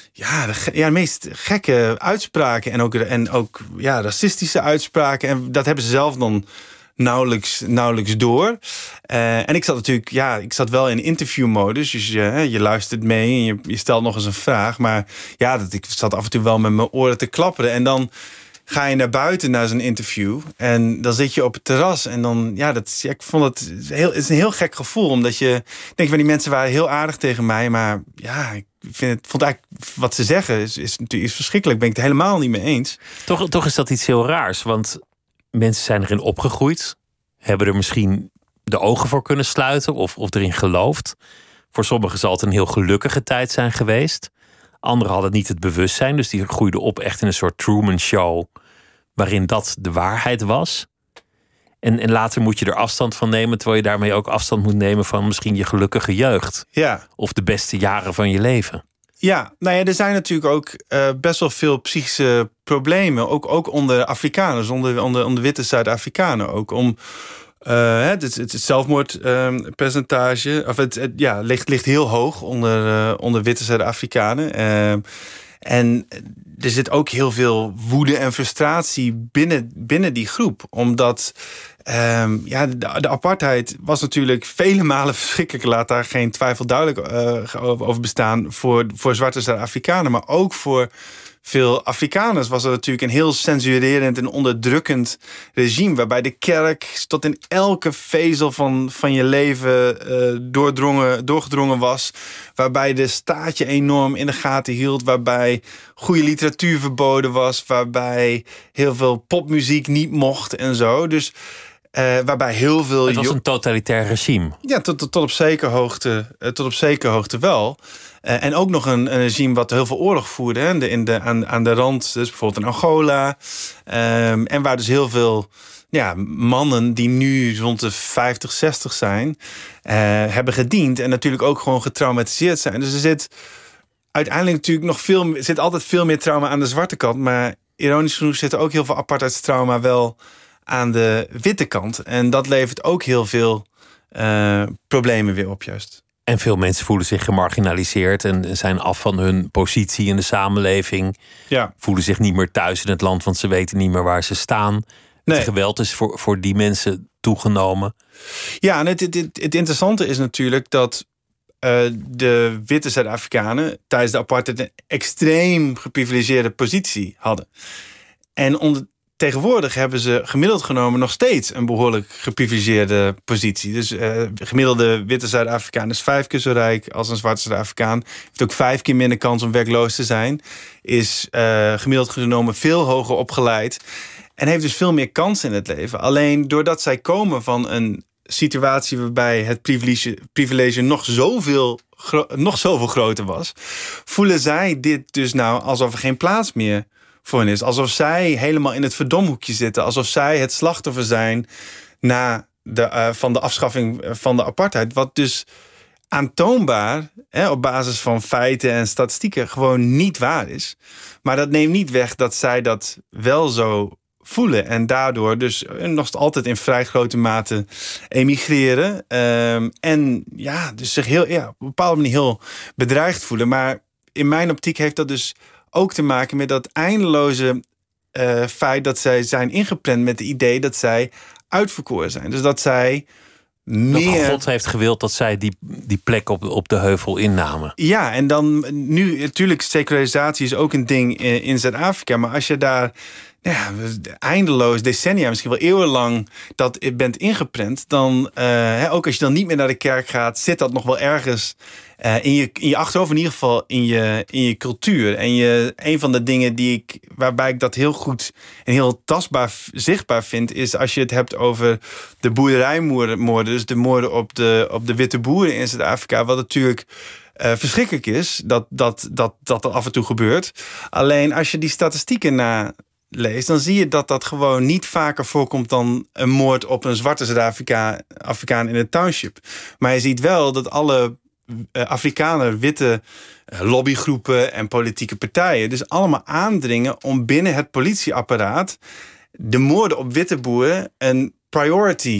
de meest gekke uitspraken en ook racistische uitspraken. En dat hebben ze zelf dan nauwelijks door. En ik zat natuurlijk, ik zat wel in interviewmodus. Dus je luistert mee en je stelt nog eens een vraag. Maar ik zat af en toe wel met mijn oren te klapperen. En dan ga je naar buiten naar zo'n interview. En dan zit je op het terras. En dan, ik vond het is een heel gek gevoel. Omdat je denkt, van die mensen waren heel aardig tegen mij. Maar ik vond eigenlijk wat ze zeggen is verschrikkelijk. Ben ik het helemaal niet mee eens. Toch is dat iets heel raars. Want mensen zijn erin opgegroeid. Hebben er misschien de ogen voor kunnen sluiten. Of erin geloofd. Voor sommigen zal het een heel gelukkige tijd zijn geweest. Anderen hadden niet het bewustzijn. Dus die groeiden op echt in een soort Truman Show. Waarin dat de waarheid was. En later moet je er afstand van nemen. Terwijl je daarmee ook afstand moet nemen van misschien je gelukkige jeugd. Ja. Of de beste jaren van je leven. Ja, er zijn natuurlijk ook best wel veel psychische problemen. Ook onder Afrikaners, onder witte Zuid-Afrikanen. Ook om het zelfmoordpercentage. Ligt heel hoog onder witte Zuid-Afrikanen. En er zit ook heel veel woede en frustratie binnen die groep. Omdat de apartheid was natuurlijk vele malen verschrikkelijk. Laat daar geen twijfel duidelijk over bestaan voor zwarte Zuid-Afrikanen. Maar ook voor veel Afrikaners was er natuurlijk een heel censurerend en onderdrukkend regime. Waarbij de kerk tot in elke vezel van je leven doorgedrongen was. Waarbij de staat je enorm in de gaten hield. Waarbij goede literatuur verboden was. Waarbij heel veel popmuziek niet mocht en zo. Dus waarbij heel veel... Het was een totalitair regime. Ja, tot op zekere hoogte wel. En ook nog een regime wat heel veel oorlog voerde. Hè, aan de rand, dus bijvoorbeeld in Angola. En waar dus heel veel mannen die nu rond de 50, 60 zijn... hebben gediend en natuurlijk ook gewoon getraumatiseerd zijn. Dus er zit uiteindelijk natuurlijk zit altijd veel meer trauma aan de zwarte kant. Maar ironisch genoeg zit er ook heel veel apartheidstrauma wel aan de witte kant. En dat levert ook heel veel problemen weer op, juist. En veel mensen voelen zich gemarginaliseerd en zijn af van hun positie in de samenleving. Ja. Voelen zich niet meer thuis in het land, want ze weten niet meer waar ze staan. Nee. Het geweld is voor die mensen toegenomen. Ja, en het interessante is natuurlijk dat de witte Zuid-Afrikanen tijdens de apartheid een extreem geprivilegeerde positie hadden. En tegenwoordig hebben ze gemiddeld genomen nog steeds een behoorlijk geprivilegeerde positie. Dus gemiddelde witte Zuid-Afrikaan is 5 keer zo rijk als een zwarte Zuid-Afrikaan. Heeft ook 5 keer minder kans om werkloos te zijn. Is gemiddeld genomen veel hoger opgeleid. En heeft dus veel meer kansen in het leven. Alleen doordat zij komen van een situatie waarbij het privilege nog zoveel groter was, voelen zij dit dus alsof er geen plaats meer voor hen is. Alsof zij helemaal in het verdomhoekje zitten. Alsof zij het slachtoffer zijn van de afschaffing van de apartheid. Wat dus aantoonbaar, op basis van feiten en statistieken, gewoon niet waar is. Maar dat neemt niet weg dat zij dat wel zo voelen. En daardoor dus nog altijd in vrij grote mate emigreren. En dus zich op een bepaalde manier heel bedreigd voelen. Maar in mijn optiek heeft dat dus ook te maken met dat eindeloze feit dat zij zijn ingepland met het idee dat zij uitverkoren zijn. Dus dat zij meer... Dat God heeft gewild dat zij die plek op de heuvel innamen. Ja, en dan nu natuurlijk secularisatie is ook een ding in Zuid-Afrika. Maar als je daar eindeloos, decennia, misschien wel eeuwenlang dat bent ingeprent, dan ook als je dan niet meer naar de kerk gaat, zit dat nog wel ergens in je achterhoofd, in ieder geval in je cultuur. En een van de dingen waarbij ik dat heel goed en heel tastbaar zichtbaar vind, is als je het hebt over de boerderijmoorden, dus de moorden op de witte boeren in Zuid-Afrika, wat natuurlijk verschrikkelijk is, dat af en toe gebeurt. Alleen als je die statistieken naleest, dan zie je dat gewoon niet vaker voorkomt dan een moord op een zwarte Zuid-Afrikaan in een township. Maar je ziet wel dat alle Afrikaner, witte lobbygroepen en politieke partijen dus allemaal aandringen om binnen het politieapparaat de moorden op witte boeren een priority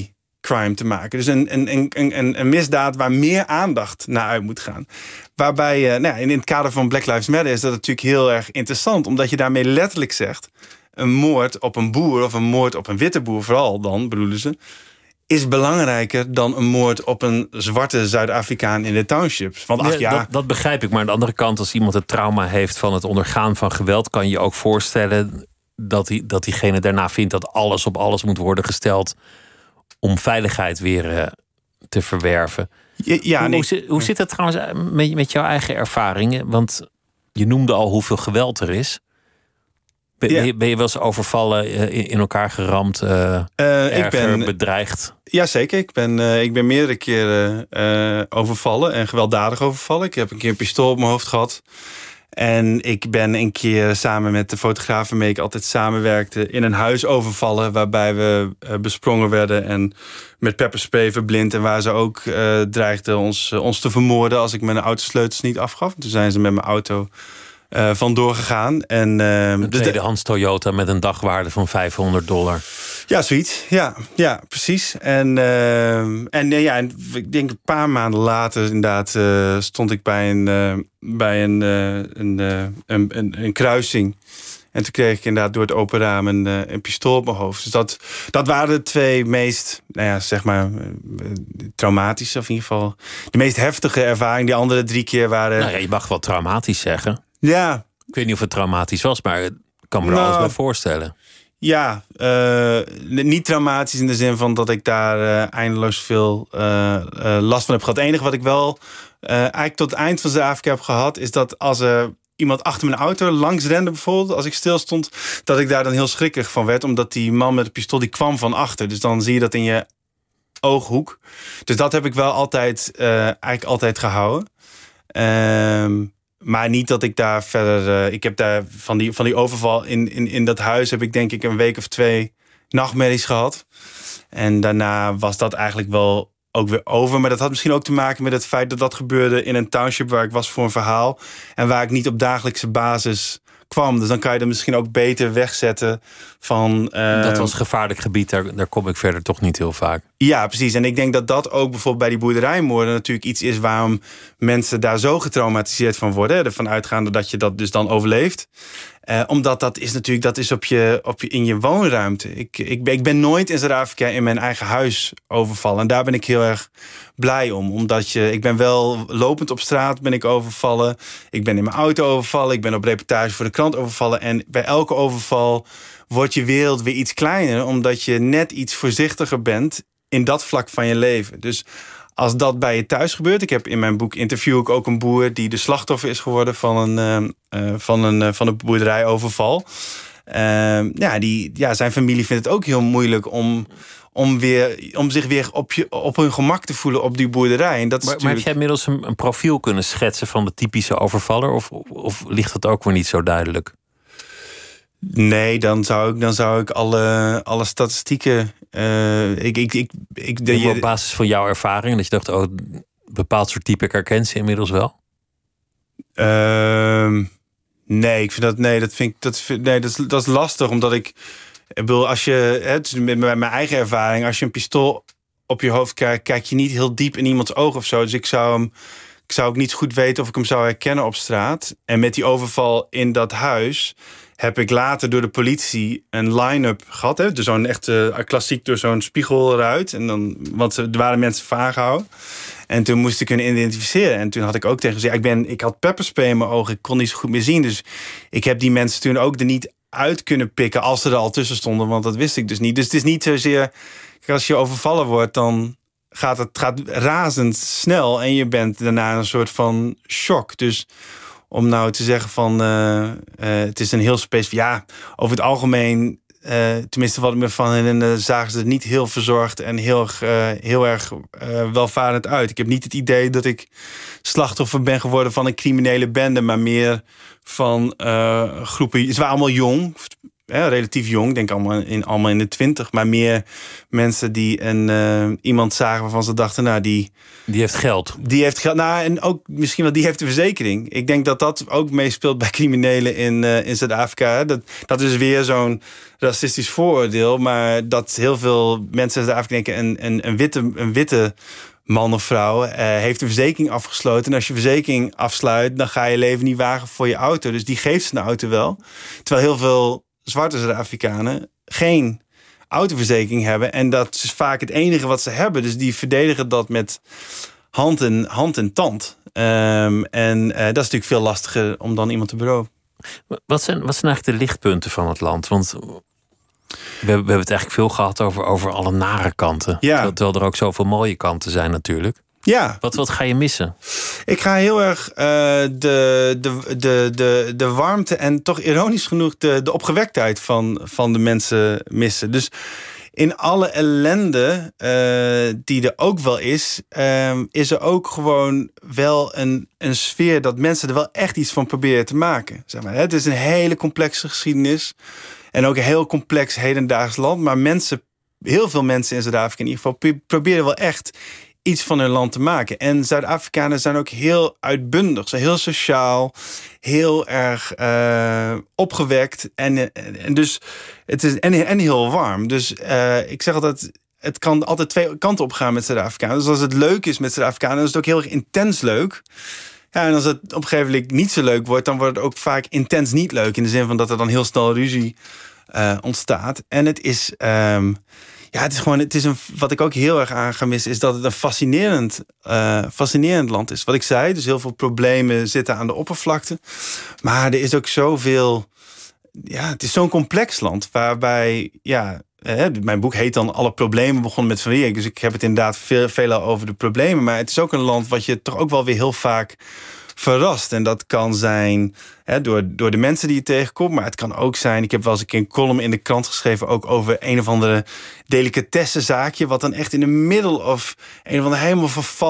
crime te maken. Dus een misdaad waar meer aandacht naar uit moet gaan. Waarbij, in het kader van Black Lives Matter is dat natuurlijk heel erg interessant. Omdat je daarmee letterlijk zegt, een moord op een boer of een moord op een witte boer, vooral dan, bedoelen ze, is belangrijker dan een moord op een zwarte Zuid-Afrikaan in de townships. Want dat begrijp ik. Maar aan de andere kant, als iemand het trauma heeft van het ondergaan van geweld, kan je ook voorstellen dat diegene daarna vindt dat alles op alles moet worden gesteld om veiligheid weer te verwerven. Hoe zit het trouwens met jouw eigen ervaringen? Want je noemde al hoeveel geweld er is. Ben je wel eens overvallen, in elkaar geramd, bedreigd? Jazeker, ik ben meerdere keren overvallen en gewelddadig overvallen. Ik heb een keer een pistool op mijn hoofd gehad. En ik ben een keer samen met de fotograaf waarmee ik altijd samenwerkte in een huis overvallen, waarbij we besprongen werden en met pepperspray verblind. En waar ze ook dreigden ons te vermoorden als ik mijn autosleutels niet afgaf. Toen zijn ze met mijn auto vandoor gegaan. Een tweedehands Toyota met een dagwaarde van $500. Ja, zoiets. Ja, precies. En ik denk een paar maanden later inderdaad stond ik bij een kruising. En toen kreeg ik inderdaad door het open raam een pistool op mijn hoofd. Dus dat waren de twee meest, traumatische, of in ieder geval de meest heftige ervaringen. Die andere 3 keer waren... je mag wel traumatisch zeggen. Ja. Ik weet niet of het traumatisch was, maar ik kan me er alles bij voorstellen. Ja, niet traumatisch in de zin van dat ik daar eindeloos veel last van heb gehad. Het enige wat ik wel eigenlijk tot het eind van Zuid-Afrika heb gehad, is dat als er iemand achter mijn auto langs rende bijvoorbeeld, als ik stil stond, dat ik daar dan heel schrikkig van werd, omdat die man met de pistool die kwam van achter. Dus dan zie je dat in je ooghoek. Dus dat heb ik wel eigenlijk altijd gehouden. Maar niet dat ik daar verder... ik heb daar van die overval in dat huis heb ik denk ik een week of 2 nachtmerries gehad. En daarna was dat eigenlijk wel ook weer over. Maar dat had misschien ook te maken met het feit dat dat gebeurde in een township waar ik was voor een verhaal. En waar ik niet op dagelijkse basis kwam. Dus dan kan je er misschien ook beter wegzetten van... Dat was gevaarlijk gebied, daar kom ik verder toch niet heel vaak. Ja, precies. En ik denk dat dat ook bijvoorbeeld bij die boerderijmoorden natuurlijk iets is waarom mensen daar zo getraumatiseerd van worden. Ervan uitgaande dat je dat dus dan overleeft. Omdat dat is natuurlijk, in je woonruimte. Ik ben nooit in Zuid-Afrika in mijn eigen huis overvallen. En daar ben ik heel erg blij om. Omdat ik ben wel lopend op straat ben ik overvallen. Ik ben in mijn auto overvallen. Ik ben op reportage voor de krant overvallen. En bij elke overval wordt je wereld weer iets kleiner. Omdat je net iets voorzichtiger bent in dat vlak van je leven. Dus als dat bij je thuis gebeurt... Ik heb in mijn boek interview ik ook een boer die de slachtoffer is geworden van een boerderijoverval. Zijn familie vindt het ook heel moeilijk om zich weer op hun gemak te voelen op die boerderij. En dat is maar heb jij inmiddels een profiel kunnen schetsen van de typische overvaller? Of ligt dat ook weer niet zo duidelijk? Nee, dan zou ik alle statistieken... op basis van jouw ervaring, dat je dacht, een bepaald soort type, ik herken ze inmiddels wel? Nee, ik vind dat is lastig, omdat ik bedoel, als je, met mijn eigen ervaring, als je een pistool op je hoofd krijgt, kijk je niet heel diep in iemands oog of zo. Dus ik zou ook niet zo goed weten of ik hem zou herkennen op straat. En met die overval in dat huis heb ik later door de politie een line-up gehad. Dus zo'n echte klassiek door zo'n spiegelruit. En dan, want er waren mensen aangehouden. En toen moest ik hun identificeren. En toen had ik ook tegen ze... Ik had pepperspray in mijn ogen. Ik kon niet zo goed meer zien. Dus ik heb die mensen toen ook er niet uit kunnen pikken als ze er al tussen stonden. Want dat wist ik dus niet. Dus het is niet zozeer... Als je overvallen wordt, dan gaat het razendsnel. En je bent daarna een soort van shock. Dus om nou te zeggen van... het is een heel specifiek... Ja, over het algemeen... tenminste wat ik me van herinner, zagen ze er niet heel verzorgd en heel erg welvarend uit. Ik heb niet het idee dat ik slachtoffer ben geworden van een criminele bende, maar meer van groepen. Ze waren allemaal jong, relatief jong, denk allemaal in de 20, maar meer mensen die iemand zagen waarvan ze dachten, nou, die heeft geld. Die heeft geld. Nou, en ook misschien wel die heeft de verzekering. Ik denk dat dat ook meespeelt bij criminelen in Zuid-Afrika. Dat is weer zo'n racistisch vooroordeel, maar dat heel veel mensen in Zuid-Afrika denken, een witte man of vrouw heeft een verzekering afgesloten. En als je verzekering afsluit, dan ga je leven niet wagen voor je auto. Dus die geeft zijn auto wel. Terwijl heel veel zwarte Zuid-Afrikanen geen autoverzekering hebben. En dat is vaak het enige wat ze hebben. Dus die verdedigen dat met hand en tand. En dat is natuurlijk veel lastiger om dan iemand te beroven. Wat zijn eigenlijk de lichtpunten van het land? Want we hebben het eigenlijk veel gehad over alle nare kanten. Ja. Terwijl er ook zoveel mooie kanten zijn natuurlijk. Ja. Wat ga je missen? Ik ga heel erg de warmte en toch ironisch genoeg de opgewektheid van de mensen missen. Dus in alle ellende die er ook wel is er ook gewoon wel een sfeer dat mensen er wel echt iets van proberen te maken. Zeg maar. Het is een hele complexe geschiedenis en ook een heel complex hedendaags land. Maar heel veel mensen in Zuid-Afrika in ieder geval proberen wel echt iets van hun land te maken. En Zuid-Afrikanen zijn ook heel uitbundig. Zijn heel sociaal, heel erg opgewekt. En dus het is en heel warm. Dus ik zeg altijd, het kan altijd twee kanten op gaan met Zuid-Afrikanen. Dus als het leuk is met Zuid-Afrikanen, dan is het ook heel erg intens leuk. Ja, en als het op een gegeven moment niet zo leuk wordt, dan wordt het ook vaak intens niet leuk. In de zin van dat er dan heel snel ruzie ontstaat. En het is wat ik ook heel erg aan ga missen, is dat het een fascinerend land is. Wat ik zei, dus heel veel problemen zitten aan de oppervlakte. Maar er is ook zoveel. Ja, het is zo'n complex land waarbij, mijn boek heet dan Alle problemen begonnen met Van Riebeeck. Dus ik heb het inderdaad veel over de problemen. Maar het is ook een land wat je toch ook wel weer heel vaak verrast. En dat kan zijn door de mensen die je tegenkomt. Maar het kan ook zijn, ik heb wel eens een keer een column in de krant geschreven, ook over een of andere delicatessenzaakje, wat dan echt in de middle of een of ander helemaal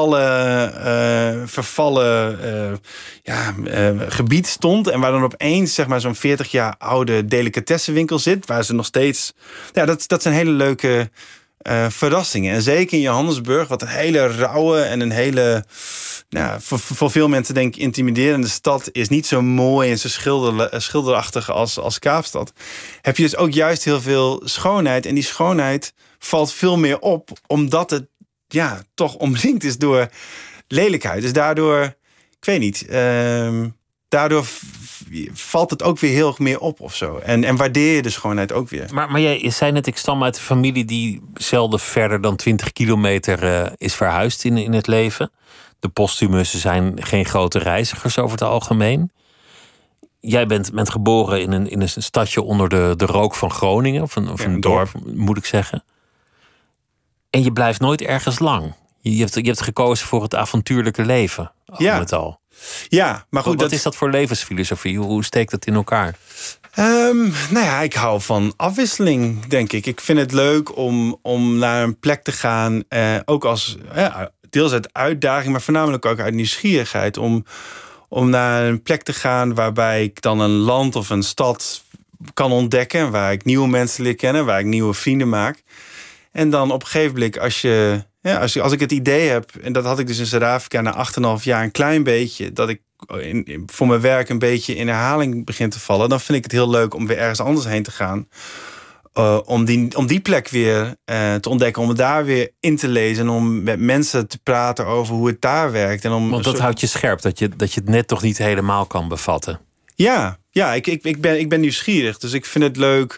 vervallen gebied stond. En waar dan opeens zeg maar zo'n 40 jaar oude delicatessenwinkel zit, waar ze nog steeds. Ja, dat zijn hele leuke verrassingen. En zeker in Johannesburg, wat een hele rauwe en een hele, voor veel mensen denk ik intimiderende stad is, niet zo mooi en zo schilderachtig als Kaapstad. Heb je dus ook juist heel veel schoonheid. En die schoonheid valt veel meer op, omdat het toch omringd is door lelijkheid. Dus daardoor, ik weet niet, daardoor valt het ook weer heel erg meer op of zo. En waardeer je de schoonheid ook weer. Maar jij zei net, ik stam uit een familie die zelden verder dan 20 kilometer is verhuisd in het leven. De Postumussen zijn geen grote reizigers over het algemeen. Jij bent geboren in een stadje onder de rook van Groningen. Of een dorp, moet ik zeggen. En je blijft nooit ergens lang. Je hebt gekozen voor het avontuurlijke leven. Al met al. Ja, maar goed. Wat is dat voor levensfilosofie? Hoe steekt dat in elkaar? Ik hou van afwisseling, denk ik. Ik vind het leuk om naar een plek te gaan. Ook als deels uit uitdaging, maar voornamelijk ook uit nieuwsgierigheid. Om naar een plek te gaan waarbij ik dan een land of een stad kan ontdekken. Waar ik nieuwe mensen leer kennen, waar ik nieuwe vrienden maak. En dan op een gegeven moment, als ik het idee heb, en dat had ik dus in Zuid-Afrika na 8,5 jaar een klein beetje, dat ik voor mijn werk een beetje in herhaling begin te vallen, dan vind ik het heel leuk om weer ergens anders heen te gaan. Om die plek weer te ontdekken, om het daar weer in te lezen en om met mensen te praten over hoe het daar werkt. Want dat houdt je scherp, dat je het net toch niet helemaal kan bevatten. Ja, ik ben nieuwsgierig, dus ik vind het leuk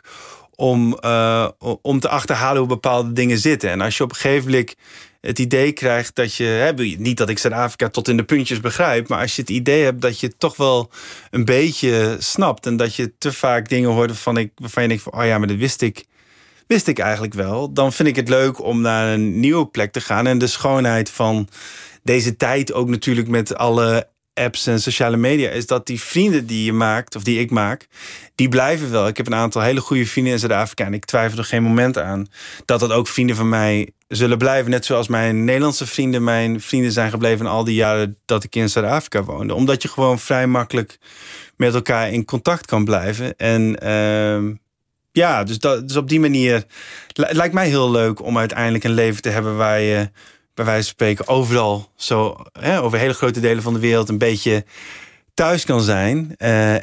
om te achterhalen hoe bepaalde dingen zitten. En als je op een gegeven moment het idee krijgt dat je, niet dat ik Zuid-Afrika tot in de puntjes begrijp, maar als je het idee hebt dat je toch wel een beetje snapt en dat je te vaak dingen hoort waarvan je denkt van, oh ja, maar dat wist ik eigenlijk wel, dan vind ik het leuk om naar een nieuwe plek te gaan. En de schoonheid van deze tijd, ook natuurlijk met alle apps en sociale media, is dat die vrienden die je maakt, of die ik maak, die blijven wel. Ik heb een aantal hele goede vrienden in Zuid-Afrika en ik twijfel er geen moment aan dat dat ook vrienden van mij zullen blijven. Net zoals mijn Nederlandse vrienden mijn vrienden zijn gebleven in al die jaren dat ik in Zuid-Afrika woonde. Omdat je gewoon vrij makkelijk met elkaar in contact kan blijven. En Ja, dus op die manier... Het lijkt mij heel leuk om uiteindelijk een leven te hebben... waar je bij wijze van spreken overal zo... over hele grote delen van de wereld een beetje thuis kan zijn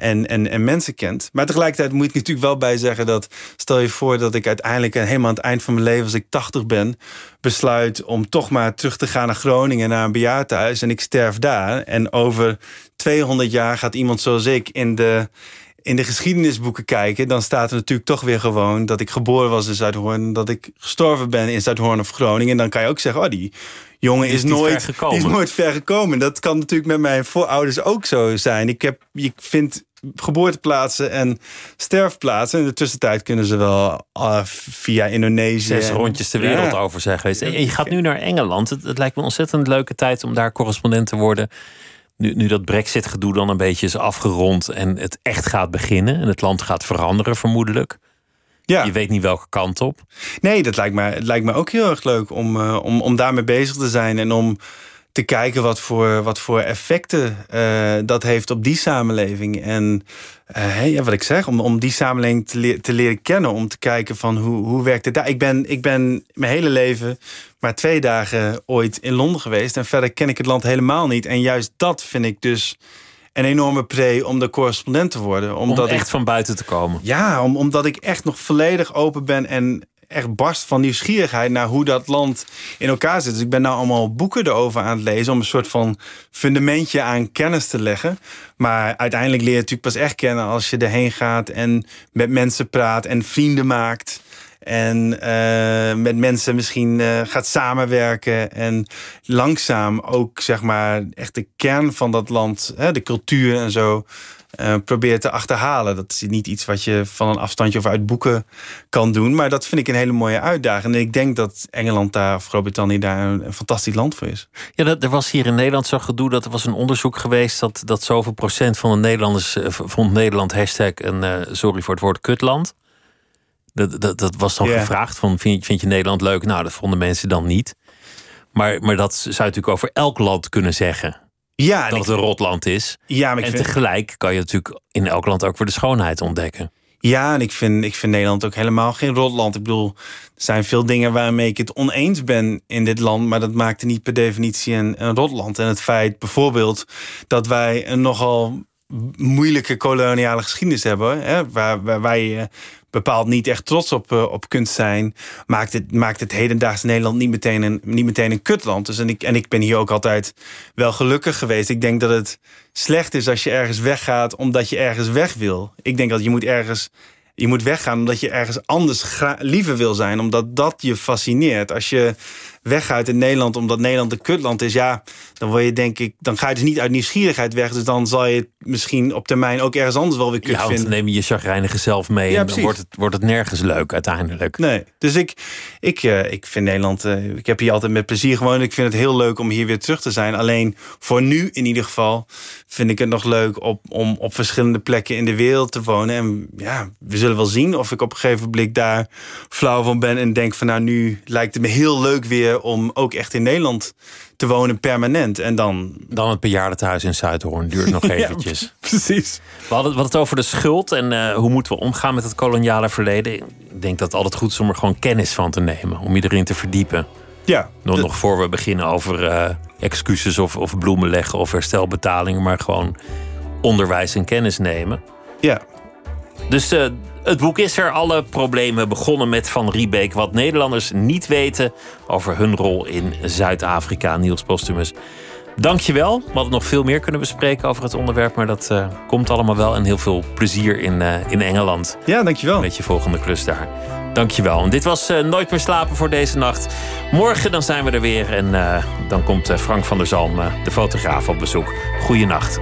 en mensen kent. Maar tegelijkertijd moet ik natuurlijk wel bij zeggen dat... stel je voor dat ik uiteindelijk helemaal aan het eind van mijn leven... als ik 80 ben, besluit om toch maar terug te gaan naar Groningen... naar een bejaardentehuis en ik sterf daar. En over 200 jaar gaat iemand zoals ik in de geschiedenisboeken kijken... dan staat er natuurlijk toch weer gewoon dat ik geboren was in Zuidhoorn... dat ik gestorven ben in Zuidhoorn of Groningen. En dan kan je ook zeggen, die jongen is nooit ver gekomen. Dat kan natuurlijk met mijn voorouders ook zo zijn. Ik vind geboorteplaatsen en sterfplaatsen. In de tussentijd kunnen ze wel via Indonesië... 6 rondjes de wereld over zijn geweest. En je gaat nu naar Engeland. Het lijkt me een ontzettend leuke tijd om daar correspondent te worden... Nu dat Brexit-gedoe dan een beetje is afgerond... en het echt gaat beginnen en het land gaat veranderen vermoedelijk. Ja. Je weet niet welke kant op. Nee, het lijkt me ook heel erg leuk om daarmee bezig te zijn... en om te kijken wat voor effecten dat heeft op die samenleving. En wat ik zeg, om die samenleving te leren kennen... om te kijken van hoe werkt het daar. Ik ben mijn hele leven... maar 2 dagen ooit in Londen geweest. En verder ken ik het land helemaal niet. En juist dat vind ik dus een enorme pre om de correspondent te worden. Om echt van buiten te komen. Ja, omdat ik echt nog volledig open ben... en echt barst van nieuwsgierigheid naar hoe dat land in elkaar zit. Dus ik ben nou allemaal boeken erover aan het lezen... om een soort van fundamentje aan kennis te leggen. Maar uiteindelijk leer je natuurlijk pas echt kennen... als je erheen gaat en met mensen praat en vrienden maakt... en met mensen misschien gaat samenwerken... en langzaam ook, zeg maar, echt de kern van dat land... de cultuur en zo... probeert te achterhalen. Dat is niet iets wat je van een afstandje of uit boeken kan doen. Maar dat vind ik een hele mooie uitdaging. En ik denk dat Engeland daar, of Groot-Brittannië daar een fantastisch land voor is. Ja, er was hier in Nederland zo'n gedoe. Dat er was een onderzoek geweest dat zoveel procent van de Nederlanders vond Nederland hashtag sorry voor het woord kutland. Dat was dan gevraagd van vind je Nederland leuk? Nou, dat vonden mensen dan niet. Maar dat zou je natuurlijk over elk land kunnen zeggen. Ja, dat het een rotland is. Ja, maar tegelijk kan je natuurlijk in elk land ook weer de schoonheid ontdekken. Ja, en ik vind Nederland ook helemaal geen rotland. Ik bedoel, er zijn veel dingen waarmee ik het oneens ben in dit land... maar dat maakt niet per definitie een rotland. En het feit bijvoorbeeld dat wij een nogal moeilijke koloniale geschiedenis hebben... waar wij bepaald niet echt trots op kunt zijn... maakt het hedendaagse Nederland niet meteen een kutland. Dus en ik ben hier ook altijd wel gelukkig geweest. Ik denk dat het slecht is als je ergens weggaat... omdat je ergens weg wil. Ik denk dat je moet weggaan omdat je ergens anders liever wil zijn. Omdat dat je fascineert. Als je weggaat in Nederland omdat Nederland een kutland is... ja, dan ga je dus niet uit nieuwsgierigheid weg. Dus dan zal je het misschien op termijn ook ergens anders wel weer kut vinden. Dan neem je je chagrijnige zelf mee. Ja, en dan wordt het nergens leuk uiteindelijk. Nee, dus ik vind Nederland... ik heb hier altijd met plezier gewoond. Ik vind het heel leuk om hier weer terug te zijn. Alleen voor nu in ieder geval vind ik het nog leuk... om op verschillende plekken in de wereld te wonen. En ja, we zullen wel zien of ik op een gegeven moment daar flauw van ben... en denk van nou, nu lijkt het me heel leuk weer... om ook echt in Nederland te wonen permanent. En dan het bejaardentehuis in Zuidhoorn duurt nog eventjes. Ja, precies. We hadden het over de schuld en hoe moeten we omgaan met het koloniale verleden. Ik denk dat het altijd goed is om er gewoon kennis van te nemen. Om je erin te verdiepen. Ja. Nog voor we beginnen over excuses of bloemen leggen of herstelbetalingen. Maar gewoon onderwijs en kennis nemen. Ja. Dus het boek is er. Alle problemen begonnen met Van Riebeeck. Wat Nederlanders niet weten over hun rol in Zuid-Afrika. Niels Postumus, dankjewel. We hadden nog veel meer kunnen bespreken over het onderwerp. Maar dat komt allemaal wel. En heel veel plezier in Engeland. Ja, dankjewel. Met je volgende klus daar. Dankjewel. En dit was Nooit meer slapen voor deze nacht. Morgen dan zijn we er weer. En dan komt Frank van der Zalm, de fotograaf, op bezoek. Goeienacht.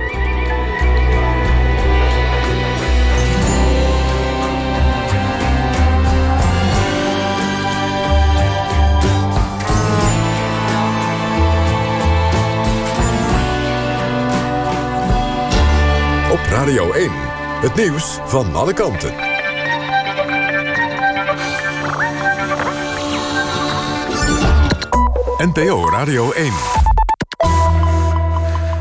Op Radio 1, het nieuws van alle kanten. NPO Radio 1.